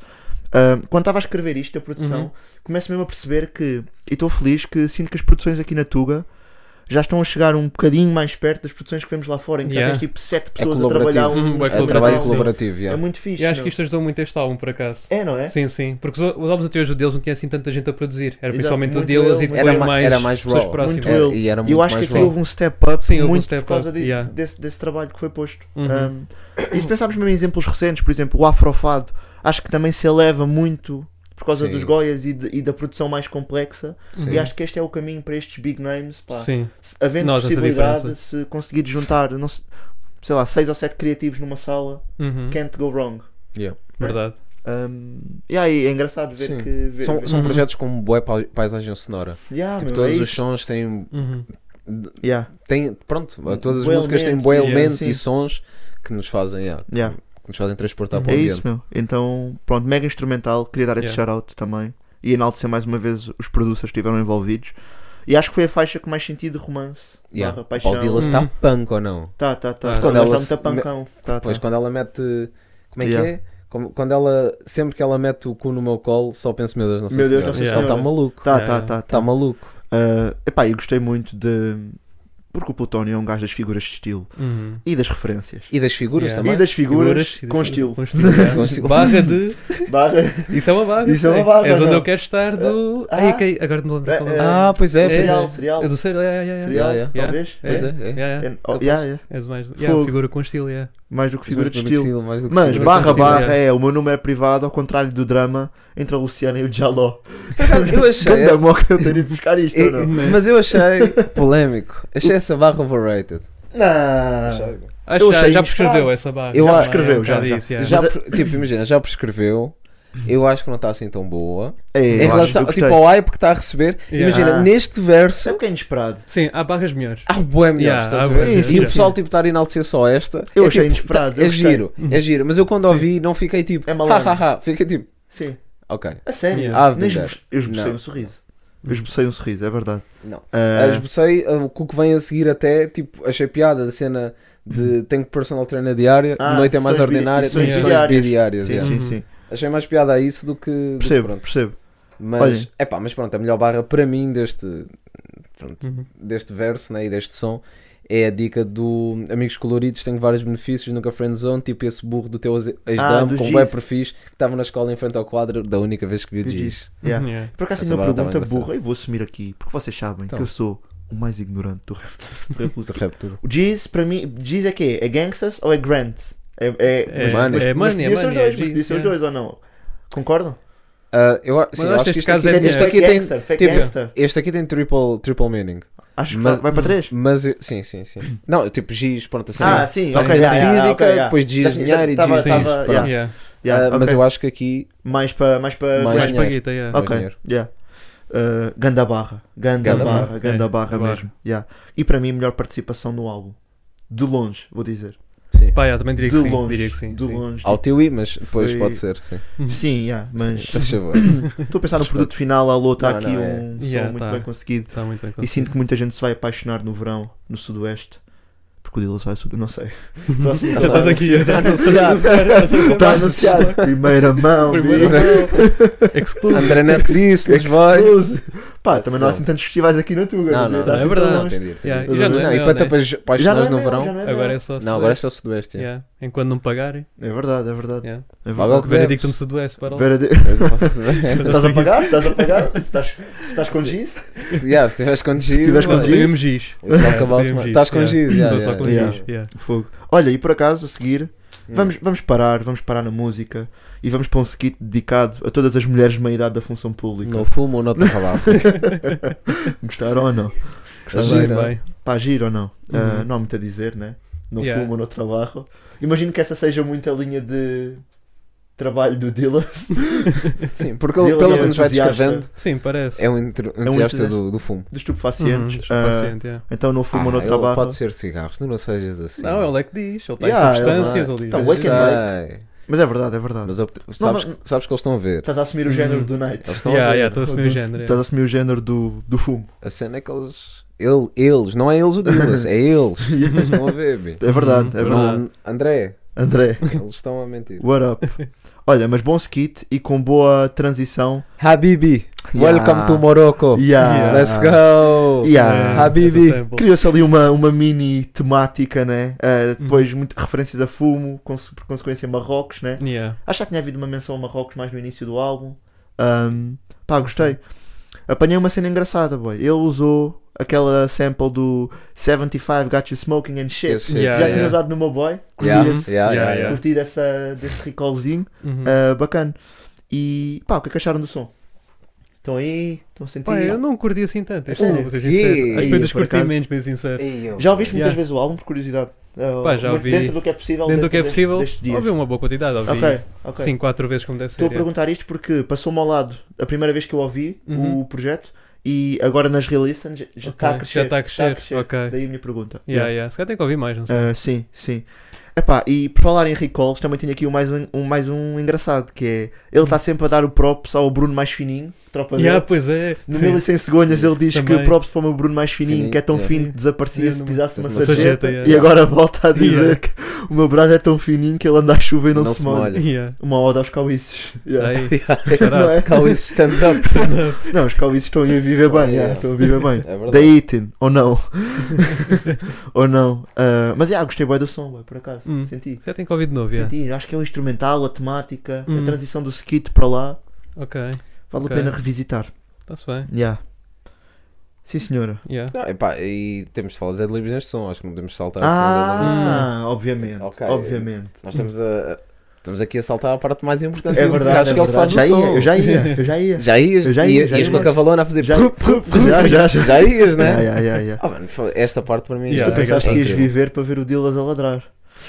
Quando estava a escrever isto, a produção, começo mesmo a perceber que, e estou feliz que sinto que as produções aqui na Tuga já estão a chegar um bocadinho mais perto das produções que vemos lá fora, em que já tens tipo 7 pessoas a trabalhar é trabalho colaborativo. É muito fixe. E acho que isto ajudou muito este álbum, por acaso. É, não é? Sim. Porque os álbuns anteriores deles não tinha assim tanta gente a produzir. Era Exato, principalmente o muito deles ele, e depois era mais pessoas raw. próximas. Muito ele. E era muito eu acho mais que aqui raw. houve um step up Sim, houve muito um step por causa up, yeah. desse trabalho que foi posto. Uhum. E se pensarmos mesmo em exemplos recentes, por exemplo, o Afrofado, acho que também se eleva muito por causa Sim. dos Goias e da produção mais complexa. Sim. E acho que este é o caminho para estes big names. Pá. Sim. Havendo Nota essa possibilidade, diferença. se conseguir juntar, não sei lá, 6 ou 7 criativos numa sala, can't go wrong. Yeah. Verdade. E aí é engraçado ver Sim. que. São projetos com boa paisagem sonora. Yeah, Tipo, meu, todos é os isso. sons têm. Yeah. Pronto, todas as Bué músicas têm elementos, bué yeah, elementos sim. e sons que nos fazem, Yeah. que nos fazem transportar para o É ambiente. isso, meu. Então, pronto, mega instrumental. Queria dar esse shout-out também. E enaltecer mais uma vez os producers que estiveram envolvidos. E acho que foi a faixa com mais sentido de romance. Yeah. Barra paixão. Paul Dillas está punk ou não? Tá. Quando ela Ela se- está muito pancão. Pois quando ela mete. Como é Yeah. que é? Quando ela. Sempre que ela mete o cu no meu colo, só penso, meu Deus, não sei Meu se Deus, Nossa Ela está Senhora. maluco. Yeah. Está maluco. Epá, eu gostei muito de. Porque o Plutónio é um gajo das figuras de estilo e das referências. E das figuras Yeah. também. E das figuras e com estilo. Com estilo, yeah. Com estilo. Barra de. Barra. Isso é uma barra. Isso é uma barra, És onde não? eu quero estar do. Agora não lembro qual é. Ah, pois é, pois é. Cereal. É do ser. Cereal, yeah. talvez. Pois é. És mais. Fogo. Figura com estilo, yeah. Mais do que figura de estilo. mais do que Mas figura barra de estilo. barra é o meu número privado, ao contrário do drama entre a Luciana e o Jaló. Eu achei. Ganda moca eu ter ido buscar isto, ou não? Mas eu achei polémico. Achei essa barra overrated. Não. Acho Eu que achei já inesperado. prescreveu essa barra. Eu Já acho- prescreveu, um já. bocado isso, yeah. Já, tipo, imagina, já prescreveu. Eu acho que não está assim tão boa. É, Em relação eu tipo, ao hype que está a receber. Yeah. Imagina, neste verso. É um bocadinho inesperado. Sim, há barras melhores. Há bué melhores, Yeah, estás a há ver? bué melhores. E Sim, o pessoal tipo, estar a enaltecer só esta. Eu é, achei tipo, inesperado, É eu gostei. giro. Mas eu quando ouvi não fiquei tipo. É malandro. Fiquei tipo. Sim. Ok. A sério. Yeah. Ah, Nem verdade. eu esbocei Não. um sorriso. Eu esbocei um sorriso, é verdade. Não. Ah, Esbocei o que vem a seguir até. Tipo, achei piada da cena de tenho personal trainer diária, noite é mais sessões ordinária, sessões tenho sessões bidiárias. bidiárias. Sim, yeah. sim, sim. Achei mais piada a isso do que. Pronto. Percebo. Mas, Olhem. mas pronto, a melhor barra para mim deste verso, né, e deste som é a dica do Amigos Coloridos. Tenho vários benefícios, nunca friendzone, tipo esse burro do teu ex-damo do com Giz. web perfis que estava na escola em frente ao quadro da única vez que vi o Do Giz. Giz. Yeah. Yeah. Por acaso Essa tenho uma barra pergunta estava burra e vou assumir aqui, porque vocês sabem Então. que eu sou o mais ignorante do rap. De Rapture. O Giz, para mim, Giz é quê? É Gangsters ou é Grant? Money. Money, podia ser os é dois, Giz, mas podia ser os yeah. dois ou não? Concordam? Eu acho que este este caso aqui, é este aqui fake tem gangster, fake tipo, gangster. este aqui tem triple meaning. Acho que Mas- vai para 3. Mas sim. Não, tipo Giz, pronto, assim. Sim, Só ok. cena yeah, física, ok, yeah. depois Giz Já- dinheiro e tava- Giz. tava- pronto. yeah. Yeah. Yeah, Mas ok. eu acho que aqui Mais para Mais Mais dinheiro. paguita, yeah. Mais Ok, dinheiro. yeah. Ganda barra, Ganda ganda barra. barra mesmo. Yeah. E para mim, a melhor participação no álbum. De longe, vou dizer. sim. Pá, eu também diria que De sim. longe. Diria que sim. De sim. longe. Ao Tiwi, mas depois Foi- pode ser, sim. Sim, yeah, mas Só favor. estou a pensar no produto final. A Lô está Não, aqui não, um som Yeah, muito tá. bem conseguido. Está muito bem E sinto que muita gente se vai apaixonar no verão, no Sudoeste. Porque o Dillas vai subir, não sei. Próximo- Já estás aqui a dar Está anunciado. Primeira mão. Primeira bicho. mão. Exclusive. André Neto disse-nos, vai. Exclusive. Pá, também não há assim tantos festivais aqui na Tuga. Não, devia não, estar é assim verdade. tão Não, longe. entendi. Yeah, entendi. e já não é Não, e mel, para né? te apaixonares no mel, verão. já não é Agora mel. é só Não, agora este é o Sudoeste. yeah. Yeah. Enquanto não pagarem. É verdade, é verdade. Yeah. É Logo verdade. ao que deves. Benedicto-me Sudoeste para lá. Vera de- Eu não posso saber. Estás a pagar? Estás a pagar? Se estás com giz? Yeah, se estiveres com Giz, estiveres com vai. Giz, Temos giz. Estás com Giz, Estou yeah, só com yeah. giz. Yeah. Fogo. Olha, e por acaso, a seguir, vamos parar na música e vamos para um skit dedicado a todas as mulheres de meia idade da função pública. Não fumo ou não te falava. Gostaram ou não? Está Giro. bem, bem. Pá, giro ou não? Uhum. Não há muito a dizer, né? Não Yeah. fumo, não trabalho. Imagino que essa seja muito a linha de trabalho do Dillas. Sim, porque Ele pelo é que nos vai entusiasta. descrevendo, Sim, parece. é um entusiasta do fumo. de estupefacientes. Uhum, paciente, yeah. Então não fumo, não ele trabalho. pode ser cigarros, tu não sejas assim. Não, ele é que diz. Ele está Yeah, em substâncias. ele- Ele diz. Então, Eu wake and sei. Mas é verdade, é verdade. Mas mas- sabes que eles estão a ver. Estás a assumir o género do night. Eles estão Yeah, a ver. yeah, estou a assumir o género. Estás a assumir o género do fumo. A cena é que eles, não é eles o Dillas, é eles. Eles estão a ver, bem. É verdade, é verdade. André, André, Eles estão a mentir. what up? Olha, mas bom skit e com boa transição. Habibi, welcome to Morocco. Yeah. Let's go. Yeah. Habibi. essa sample. Criou-se ali uma mini temática, né? Depois muitas referências a fumo, por consequência Marrocos, né? Yeah. Acho que já tinha havido uma menção a Marrocos mais no início do álbum. Pá, gostei. Apanhei uma cena engraçada, boy. Ele usou aquela sample do 75 Got You Smoking and Shit. Esse shit. Yeah, Já yeah. tinha usado no meu boy. Curti Yeah, esse, yeah, Yeah, yeah, yeah. curti desse recallzinho. Uhum. Bacana. E pá, o que é que acharam do som? Estão aí? Estão a sentir? Pá, eu não curti assim tanto. Este Oh, álbum, vou ser quê? sincero. Acho que Aí, foi dos por acaso. curtimentos, bem sincero. Já ouviste muitas Yeah. vezes o álbum, por curiosidade? Pá, já Muito ouvi. dentro do que é possível. Dentro do que é possível, destes dias. ouvi uma boa quantidade. Ouvi Ok. 5, 4 vezes como deve ser. Estou a é. perguntar isto porque passou-me ao lado a primeira vez que eu ouvi Uhum. o projeto e agora nas re-listens já Ok, está a crescer. já está a crescer, ok. Daí a minha pergunta. Yeah. Se calhar tem que ouvir mais, não sei. Sim, sim. Epá, e por falar em recalls, também tenho aqui mais um engraçado, que é ele está sempre a dar o props ao Bruno mais fininho, tropa dele. Pois é. No 1100 cegonhas ele diz que Também. o props para o meu Bruno mais fininho, que é tão Fininho, fino que desaparecia se Yeah, pisasse uma uma sarjeta, sarjeta, yeah. e agora volta a dizer Yeah. que o meu braço é tão fininho que ele anda à chuva e não, Não se se molha. molha. Yeah. Uma ode aos cauíces. Yeah. Aí, Não é? Cá esse stand-up. Não, os cauíces estão a viver bem, Yeah. yeah, estão a viver bem. É verdade. They eating, ou não. Ou não. Mas gostei bem do som, boy, por acaso. Senti. já tem que ouvir de novo, yeah. Senti. Acho que é o instrumental, a temática, a Hum. transição do skit para lá. Ok, Vale Ok. a pena revisitar. está-se bem. Yeah. Sim, senhora. Yeah. Não, epá, e temos de falar de Adlibs neste som, acho que não podemos saltar assim, os Adlibs. Obviamente. Ok. Obviamente. Nós estamos aqui a saltar a parte mais importante. É que verdade. acho que é o que faz já o som. Eu já ia. Já ias? Eu já ia, já Ias ia. com a cavalona a fazer. Já- Já. Já ias, né? Yeah. Ah, mano, esta parte para mim Yeah, Tu pensaste é que ias incrível. viver para ver o Dillas a ladrar.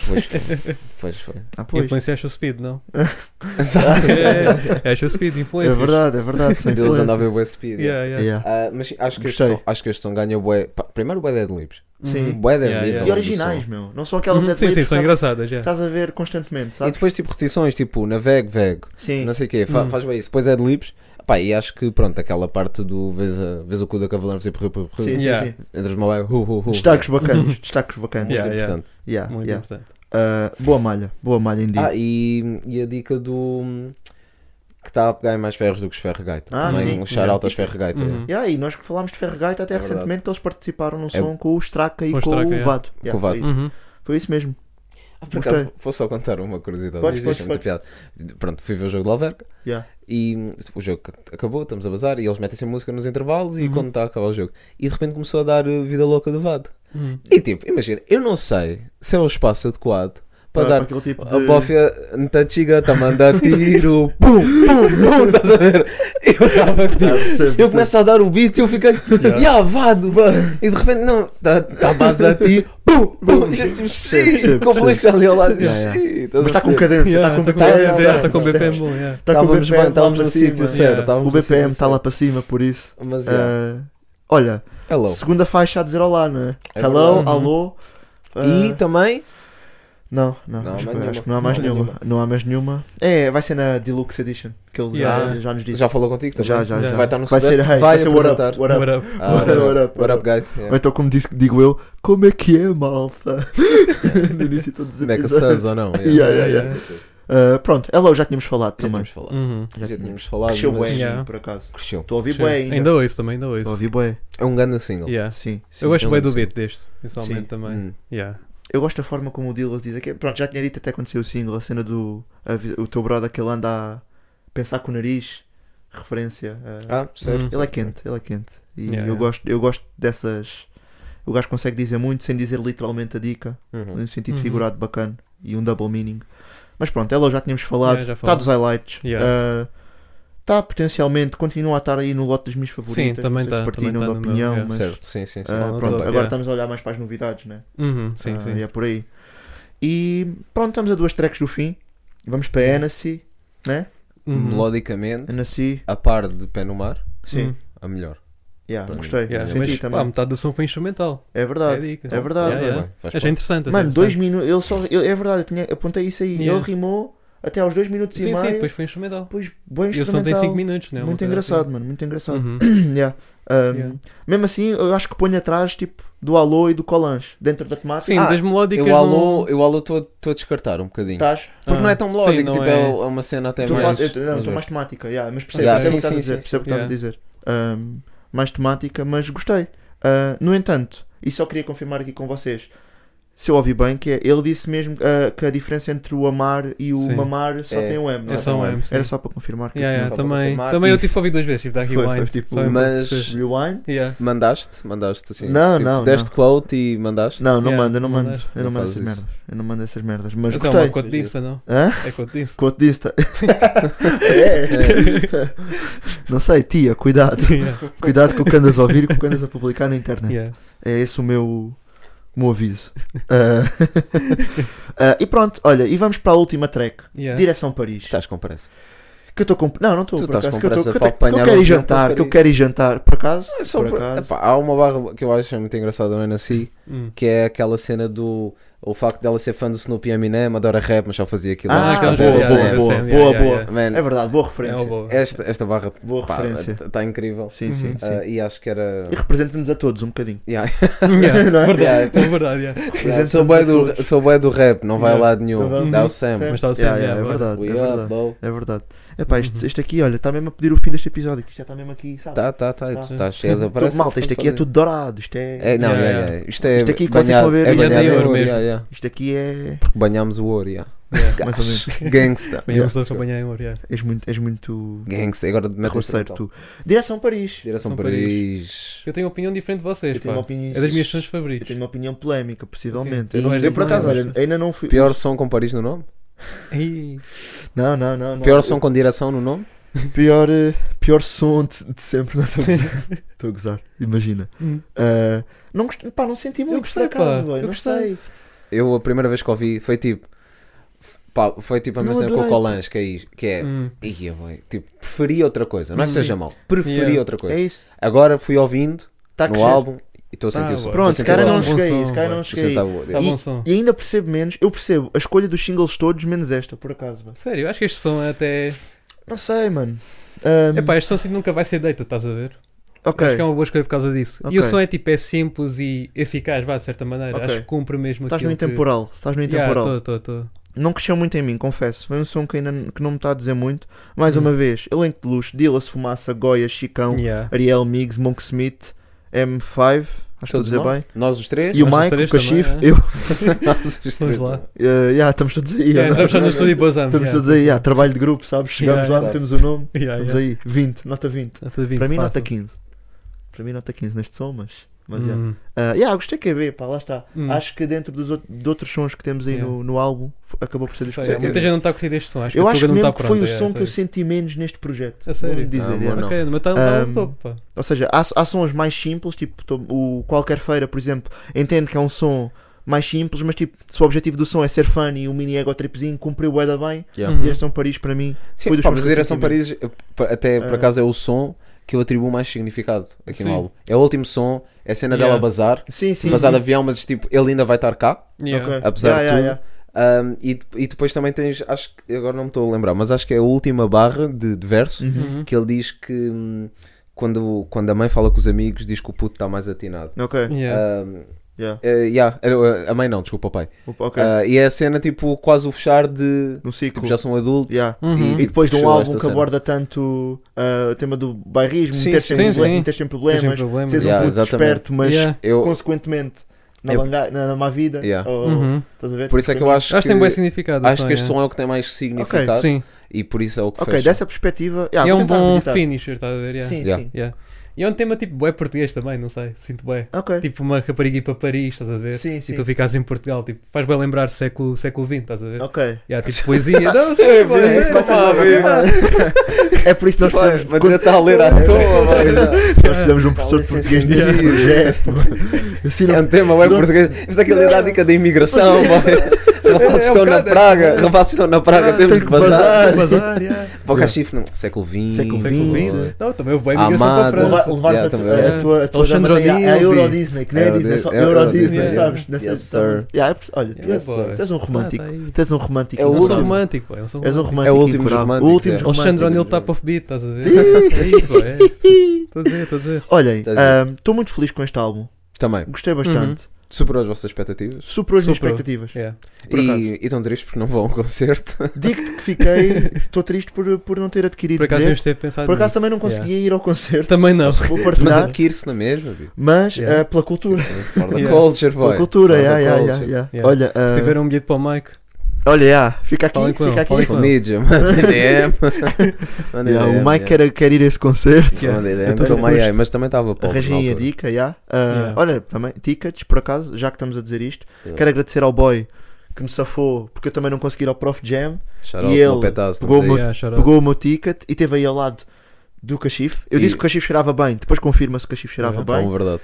Pois foi. Pois. Influenciaste o Speed, não? Exato. És o Speed, É influências. verdade. Sem Deles influência. andava a ver o Speed. Yeah. Yeah. Mas sim, acho que Gostei. este som ganha bué. Primeiro o bué de Adlibs. Sim. Bué de Yeah, Adlibs yeah. E ao longo do originais, som. meu. Não são aquelas Uhum, adlibs sim, que são engraçadas, já. estás a ver constantemente, E sabes? depois tipo repetições, tipo na veg, Sim. não sei o quê, faz bem isso. Depois Adlibs. Pá, e acho que pronto, aquela parte do vês o cu da cavalona fazer Sim, Yeah. sim. entras numa vai, Destaques bacanas. Destaques bacanas. Muito Yeah, importante. Muito Yeah. importante. Boa malha, indeed. E a dica do que está a pegar em mais ferros do que os Ferregaita. Também sim. um shout-out aos Ferregaita. Uhum. E nós que falámos de Ferregaita até É recentemente verdade. que eles participaram num É- som com o Straka e Com o com Straka, o yeah. Vado. Com o Vado. Foi isso. Uhum. Foi isso mesmo. Por acaso, vou só contar uma curiosidade. Podes, Isto é muita podes. piada. Pronto, fui ver o jogo do Alverca Yeah. e o jogo acabou, estamos a bazar e eles metem sempre música nos intervalos e Uhum. quando está a acabar o jogo. E de repente começou a dar Vida Louca do Vado. Uhum. E tipo, imagina, eu não sei se é o espaço adequado para dar aquele tipo a de... bófia ntachiga, tá manda tiro, pum, estás a ver? Eu estava tipo, eu começo a dar o beat e eu fiquei, Vado, e de repente, não, tá base a ti, pum, Percebo. com a polícia ali ao lado, Yeah, xiii, Mas está com cadência, está com Está com BPM bom, yeah. Está com o Estávamos bem, BPM lá estávamos para no cima. sítio certo. Yeah. estávamos O no sítio BPM está lá certo. para cima, por isso. Mas, Olha, hello. segunda faixa a dizer olá, não é? É Hello, verdade. alô. E também, Não, Não, acho mais que nenhuma. não há mais Não há nenhuma. nenhuma. Não há mais nenhuma. Vai ser na Deluxe Edition, que ele Yeah. já nos disse. já falou contigo também? Já. Vai estar no Vai ser, Sudeste, hey, vai vai ser what up, apresentar. what up. What up? What up, guys? Ou então, como digo eu, como é que é, malta? No início de todos os Como é que episódios. sus ou não? Yeah. Pronto, Hello já tínhamos falado Já também. tínhamos falado. Uhum. Já tínhamos falado. Cresceu mas- bem, Yeah. por acaso. Cresceu. Estou a ouvir bem ainda. Ainda ouço também, ainda Estou a ouço. ouvir bem. É um grande single. Yeah. Sim. Eu gosto eu bem não do sei. beat deste, principalmente Sim. também. Yeah. Eu gosto da forma como o Dillas diz aqui. Pronto, já tinha dito até quando saiu o single, a cena do o teu brother que ele anda a pensar com o nariz, referência. Certo. Ele é quente. E Yeah, eu gosto dessas. O gajo consegue dizer muito sem dizer literalmente a dica, Uhum. num sentido Uhum. figurado bacana e um double meaning. Mas pronto, ela já tínhamos falado, Yeah, já está falamos. dos highlights, Yeah. está potencialmente, continua a estar aí no lote das minhas favoritas. Sim, também não sei se tá, partilham também da tá no meu, opinião, yeah. mas Certo, sim. Não, pronto, não, agora yeah. estamos a olhar mais para as novidades, né? Uhum, sim. É por aí. E pronto, estamos a 2 tracks do fim. Vamos para Hennessy, né? Uhum. Melodicamente, Hennessy, a par de Pé no Mar, sim. Uhum. a melhor. Yeah, Para gostei, Yeah, senti mas também. pá, metade do som foi instrumental. É verdade, É a dica. é verdade. Yeah, yeah. Bem, faz Achei parte. interessante. Mano, achei 2 interessante. minutos, é verdade, apontei isso aí. Yeah. Ele rimou até aos 2 minutos e Sim, meio. sim, depois foi instrumental. Depois, bem E o som tem instrumental. 5 minutos, né? Uma Muito coisa engraçado, assim. mano, muito engraçado. Uhum. Yeah. Yeah. Mesmo assim, eu acho que ponho atrás tipo do Alô e do Colange dentro da temática. Sim, das melódicas Eu não... Alô estou a descartar um bocadinho. Estás? Porque não é tão sim, melódico, não tipo, é- é uma cena até Estou mais. estou mais temática, yeah, mas percebo, Yeah, percebo o que sim, estás a sim, dizer. sim, Percebo o que estás a yeah. dizer. Mais temática, mas gostei. No entanto, e só queria confirmar aqui com vocês, se eu ouvi bem, que é, ele disse mesmo que a diferença entre o amar e o Sim. mamar só tem um M, não É é? só um M, sim. Era só para confirmar que Yeah, eu yeah, Só para também confirmar. também eu E tive que ouvir 2 vezes, tipo, da foi rewind. tipo, só mesmo mas- porque- rewind. Yeah. Mandaste assim. Não, tipo, não, deste não. quote e mandaste. Não, Yeah, mando, eu não não mando. mandaste. Eu não Não mando fazes essas isso. merdas. Eu não mando essas merdas, mas Mas é gostei. uma cotista, não? Hã? É cotista. Cotista. É. Não sei, tia, cuidado. Yeah. Cuidado com o que andas a ouvir e com o que andas a publicar na internet. Yeah. É esse o meu aviso. E pronto, olha, e vamos para a última track. Yeah. Direção Paris. Estás com pressa. Que eu estou com. Não estou Tu por estás acaso. com Que eu tô- pressa que eu para te- que eu apanhar quero um ir avião jantar. para Que eu Paris. quero ir jantar. Por acaso? É só Por acaso. epá, há uma barra que eu acho muito engraçada no NSC, que é aquela cena do o facto dela ser fã do Snoopy e Eminem, adora rap, mas só fazia aquilo. Ah, aquela boa, já- boa, yeah, boa, yeah, boa, yeah, boa. yeah. Man, É verdade, boa É referência. uma boa. esta barra Boa referência. está incrível. Sim, sim, Uhum. sim. E acho que era. E representa-nos a todos um bocadinho. Yeah. Yeah, Não é? verdade, é verdade, yeah. Representa-nos Sou bué do rap, não vai Yeah. a lado nenhum. Não vai- Dá o Sam. Mas está o Sam, Yeah, yeah, é boa. verdade, We é up, verdade. bro. É verdade. Epá, este aqui, olha, está mesmo a pedir o fim deste episódio. Que isto já está mesmo aqui, sabe? Tá cheio de Então, malta, isto aqui é tudo dourado. Isto é. Não, Yeah, yeah, yeah. Isto é Isto aqui que vocês estão a ver, é banhado banhado em em ouro ouro, mesmo. yeah, yeah. Isto aqui é. Porque banhámos o ouro, yeah. Yeah. Mais ou menos. Gangsta. Bem, eu sou acompanhar em ouro, yeah. És muito. Gangsta. Agora mete Roceiro, tu. Direção Paris. Direção São Paris. Eu tenho uma opinião diferente de vocês, Eu tenho pá. uma opinião. É das minhas sons Eu favoritas. tenho uma opinião polémica, possivelmente. Ok. Eu, não- Mas eu, por não acaso, é, olha, mas- ainda não fui. Pior som com Paris no nome? Ei. Não. Pior som com direção no nome? Pior som de sempre. Não estou a gozar. Estou a gozar, imagina. Não gostei, pá, não senti muito gostei, por acaso, pá, velho, eu não gostei. sei. Eu a primeira vez que ouvi foi tipo. Foi tipo a Não minha cena com o adorei. Colange, que é. Ia, boy, tipo, preferia outra coisa. Não é que Sim. esteja mal. Preferia Yeah. outra coisa. É isso. Agora fui ouvindo Tá a no crescer. álbum e estou a sentir Ah, o som. boa. Pronto, Estou se a calhar sentir o não som. bom cheguei aí, som, se calhar boa. não Estou a cheguei sentir aí. o ouro, Tá yeah. bom som. E ainda percebo menos, eu percebo a escolha dos singles todos, menos esta, por acaso. Velho. Sério, eu acho que este som é até. Não sei, mano. Epá, este som assim nunca vai ser data, estás a ver? Ok. Acho que é uma boa escolha por causa disso. E o Ok. som é tipo, é simples e eficaz, vá, de certa maneira. Ok. Acho que cumpre mesmo Estás no aquilo que... intemporal. Estás no intemporal. Estou. Não cresceu muito em mim, confesso. Foi um som que ainda que não me está a dizer muito. Mais uma vez, elenco de luxo, Dilas, Fumaça, Goya, Chicão, Yeah. Ariel, Migs, Monk Smith, M5, acho que estou a dizer nós? bem. Nós os três? E o Nós os Mike, o três também, Cachif, é. eu. Nós os Vamos três. lá. Estamos todos aí. Yeah, entramos só no estúdio e basamos. Estamos todos aí, trabalho de grupo, sabes? Chegamos Yeah, lá, yeah. metemos o nome, Yeah, estamos yeah. aí, 20, nota 20. Nota 20, Para mim, fácil. nota 15. Para mim, nota 15 neste som, mas yeah. Hum. Gostei que é B, pá, lá está. Acho que dentro de outros sons que temos aí Yeah. no álbum, acabou por ser dos que Sei, gostei. muita gente não está a curtir deste som. Acho Eu que acho que não mesmo está que foi o pronto, som que eu sei. senti menos neste projeto. A sério? Vou-me dizer, Ah, yeah. não. Ok, mas está no topo, pá. Ou seja, há sons mais simples, tipo o Qualquer Feira, por exemplo, entendo que é um som mais simples, mas tipo, se o objetivo do som é ser fun e o mini ego tripzinho cumpriu bué da bem, Yeah. Uhum. Direção Paris para mim Sim, foi dos pá, sons mas que a eu Direção senti Paris, até por Ah. acaso, é o som que eu atribuo mais significado aqui no Sim. álbum. É o último som, é a cena Yeah. dela bazar. Sim, sim. Bazar sim. de avião, mas tipo, ele ainda vai estar cá, Yeah. Ok. apesar de tudo. yeah. E depois também tens, acho que agora não me estou a lembrar, mas acho que é a última barra de verso Uhum. que ele diz que quando a mãe fala com os amigos, diz que o puto está mais atinado. Ok. Yeah. Yeah. A mãe não, desculpa, o pai. Ok. E é a cena tipo quase o fechar de No ciclo. tipo, já são adultos. Yeah. Uhum. E depois de um fechou álbum esta que cena. aborda tanto o tema do bairrismo, Sim, meter-se sim, em sim. problemas, Tem problemas, problemas. seres Yeah, um puto exatamente. esperto, mas Yeah. Eu, consequentemente na, Eu- na má vida. Yeah. Uhum. Estás a ver? por isso é que eu Para mim- acho Acho que tem bom que significado. acho o que este som, som é o que tem mais significado Ok, Sim. e por isso é o que Ok, fecha. dessa perspectiva. E é vou um tentar bom visitar. finisher, estás a ver? Yeah. Sim, Yeah. sim. Yeah. E é um tema tipo bué português também, não sei, sinto bué. Ok. Tipo uma rapariga ir para Paris, estás a ver? Sim, sim. E tu ficas em Portugal, tipo, faz bem lembrar século XX, estás a ver? Ok. Yeah, tipo poesia. Não sei, pô, É, é isso vai ser uma bom. É por isso que nós fizemos. Mas já está a ler à toa, Nós fizemos um professor de português neste Yeah. projeto. Assim é não. um tema bem português. Mas aquela é a dica da imigração, boy. rapazes estão na praga, rapazes estão na praga, temos de bazar. Bazar, yeah. Para o cachifre, não. Século XX. Século Século XX. XX. Não, também houve bem imigração para a Amado. França. Levares Yeah, a tua Alexandre dama tem a O'Neill, Euro Disney, que não é Disney, é só Euro Euro Disney, Disney, yeah. sabes? Nessa- Yes, sir. Yeah, olha, Yeah, boy. tu és um romântico. Tá aí. Tu és um romântico. É o Eu sou último. romântico, pô. Eu sou És um romântico. romântico. É o último dos incurável. românticos, O último é. dos Alexandre românticos. O'Neill Type of Beat, estás a ver? É isso, pô. Estou a dizer, estou a dizer. Olhem, Estás a estou muito feliz com este álbum. Também. Gostei bastante. Superou as vossas expectativas. Superou as minhas Superou. expectativas. Yeah. Por acaso. E estão tristes porque não vão ao concerto. Digo-te que fiquei. Estou triste por não ter adquirido Por acaso bilhete. devíamos ter pensado Por acaso nisso. também não conseguia ir ao concerto. Também não. Vou Mas partilhar. adquire-se na mesma, viu? Mas Yeah. pela cultura. For the Yeah. culture, boy. Pela cultura, For the yeah, yeah, culture. yeah, yeah. Yeah. Olha, Se tiver um bilhete para o Mike, olha, yeah, fica aqui. Falem com Fica ele, falem aqui. com ele. Mídia, manda DM. Manda Yeah, DM, o Mike quer ir a esse concerto. Yeah. Manda DM. Então, Toma depois- aí, mas também estava pobre. Arranjei na a altura. dica, yeah. Yeah. Olha, também, tickets, por acaso, já que estamos a dizer isto, Yeah. quero agradecer ao boy que me safou, porque eu também não consegui ir ao Prof Jam, Shout E out, ele meu petaço, pegou estamos aí. yeah, shout out. pegou o meu ticket e esteve aí ao lado do cachife. Eu E- disse que o cachife cheirava bem, depois confirma-se que o cachife cheirava Yeah. bem. Não, verdade.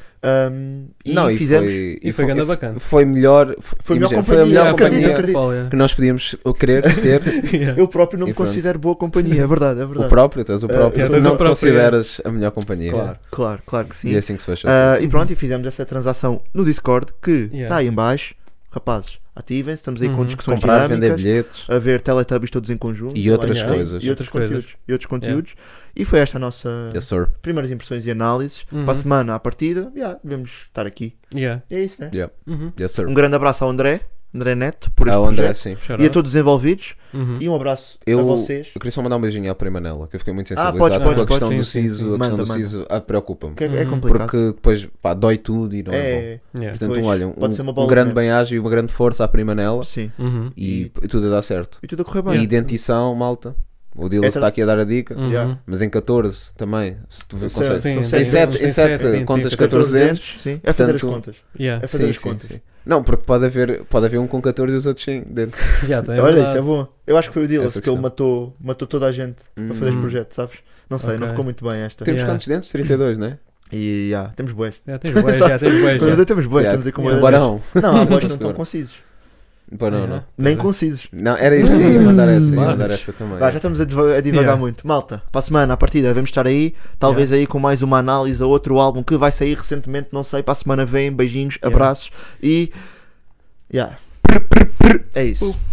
E Não, fizemos. E foi ganda bacana. Foi melhor. Foi a melhor imagina, companhia, foi a melhor acredito, companhia acredito. Paul, yeah. que nós podíamos querer ter. Yeah. Eu próprio não me E pronto. considero boa companhia, é verdade, é O verdade. próprio, tu és o próprio. yeah, tu és não o te próprio, consideras a melhor companhia. Claro que sim. E é assim que se fecha. E pronto, e fizemos essa transação no Discord que está Yeah. aí em baixo. Rapazes, ativem-se, estamos aí com Uhum. discussões Comprar, vender dinâmicas, bilhetes. a ver Teletubbies todos em conjunto. E outras lá em coisas. E outros Outras conteúdos. E outros conteúdos. E foi esta a nossa Yes, sir. primeiras impressões e análises. Uhum. Para a semana, à partida, devemos estar aqui. Yeah. É isso, né? Yeah. Uhum. Yes, sir. Um grande abraço ao André Neto, por este Ah, o André, projeto. sim. Shout E a out. todos os envolvidos. Uhum. E um abraço Eu- a vocês. Eu queria só mandar um beijinho à prima Nela, que eu fiquei muito podes, sensibilizado com a podes, questão do sim, sim, siso. sim. A questão Manda, do manda. siso preocupa-me. Que é Uhum. complicado. Porque depois pá, dói tudo e não é bom. É, Yeah. Portanto, Pois, olha, pode ser uma bola um de grande neve. bem-aja e uma grande força à prima Nela sim. Uhum. e tudo a dar certo. E tudo a correr E bem. dentição, malta. O Dylan É está aqui a dar a dica. Uhum. Yeah. Mas em 14 também, se tu Sim, consegues. sim, Em sim. 7 Tem sete, tem contas 30, 14 dentes. Sim. É fazer as Portanto, contas. Yeah. É fazer Sim, as sim, contas. sim. Não, porque pode haver um com 14 e os outros sem dentro. Yeah, também é Olha, verdade. isso é bom. Eu acho que foi o Dylan Essa que ele questão. matou toda a gente para fazer este Hum. projeto, sabes? Não sei, não Ok. ficou muito bem esta. Temos Yeah. quantos dentes? 32, não é? E temos boés. Yeah, tens bué, já tens bué, Mas já. temos boés, Yeah, estamos aí com Yeah. bué de Tubarão. dentes. Não, há boés que não estão Tubarão. concisos. Pá, não, Yeah. não. Nem Pois é. concisos. Não, era isso que eu ia mandar essa. Ia Mas- mandar essa também. Vá, já estamos a divagar Yeah. muito. Malta, para a semana, à partida, devemos estar aí. Talvez aí com mais uma análise a outro álbum que vai sair recentemente, não sei. Para a semana vem. Beijinhos, Yeah. abraços e. É isso.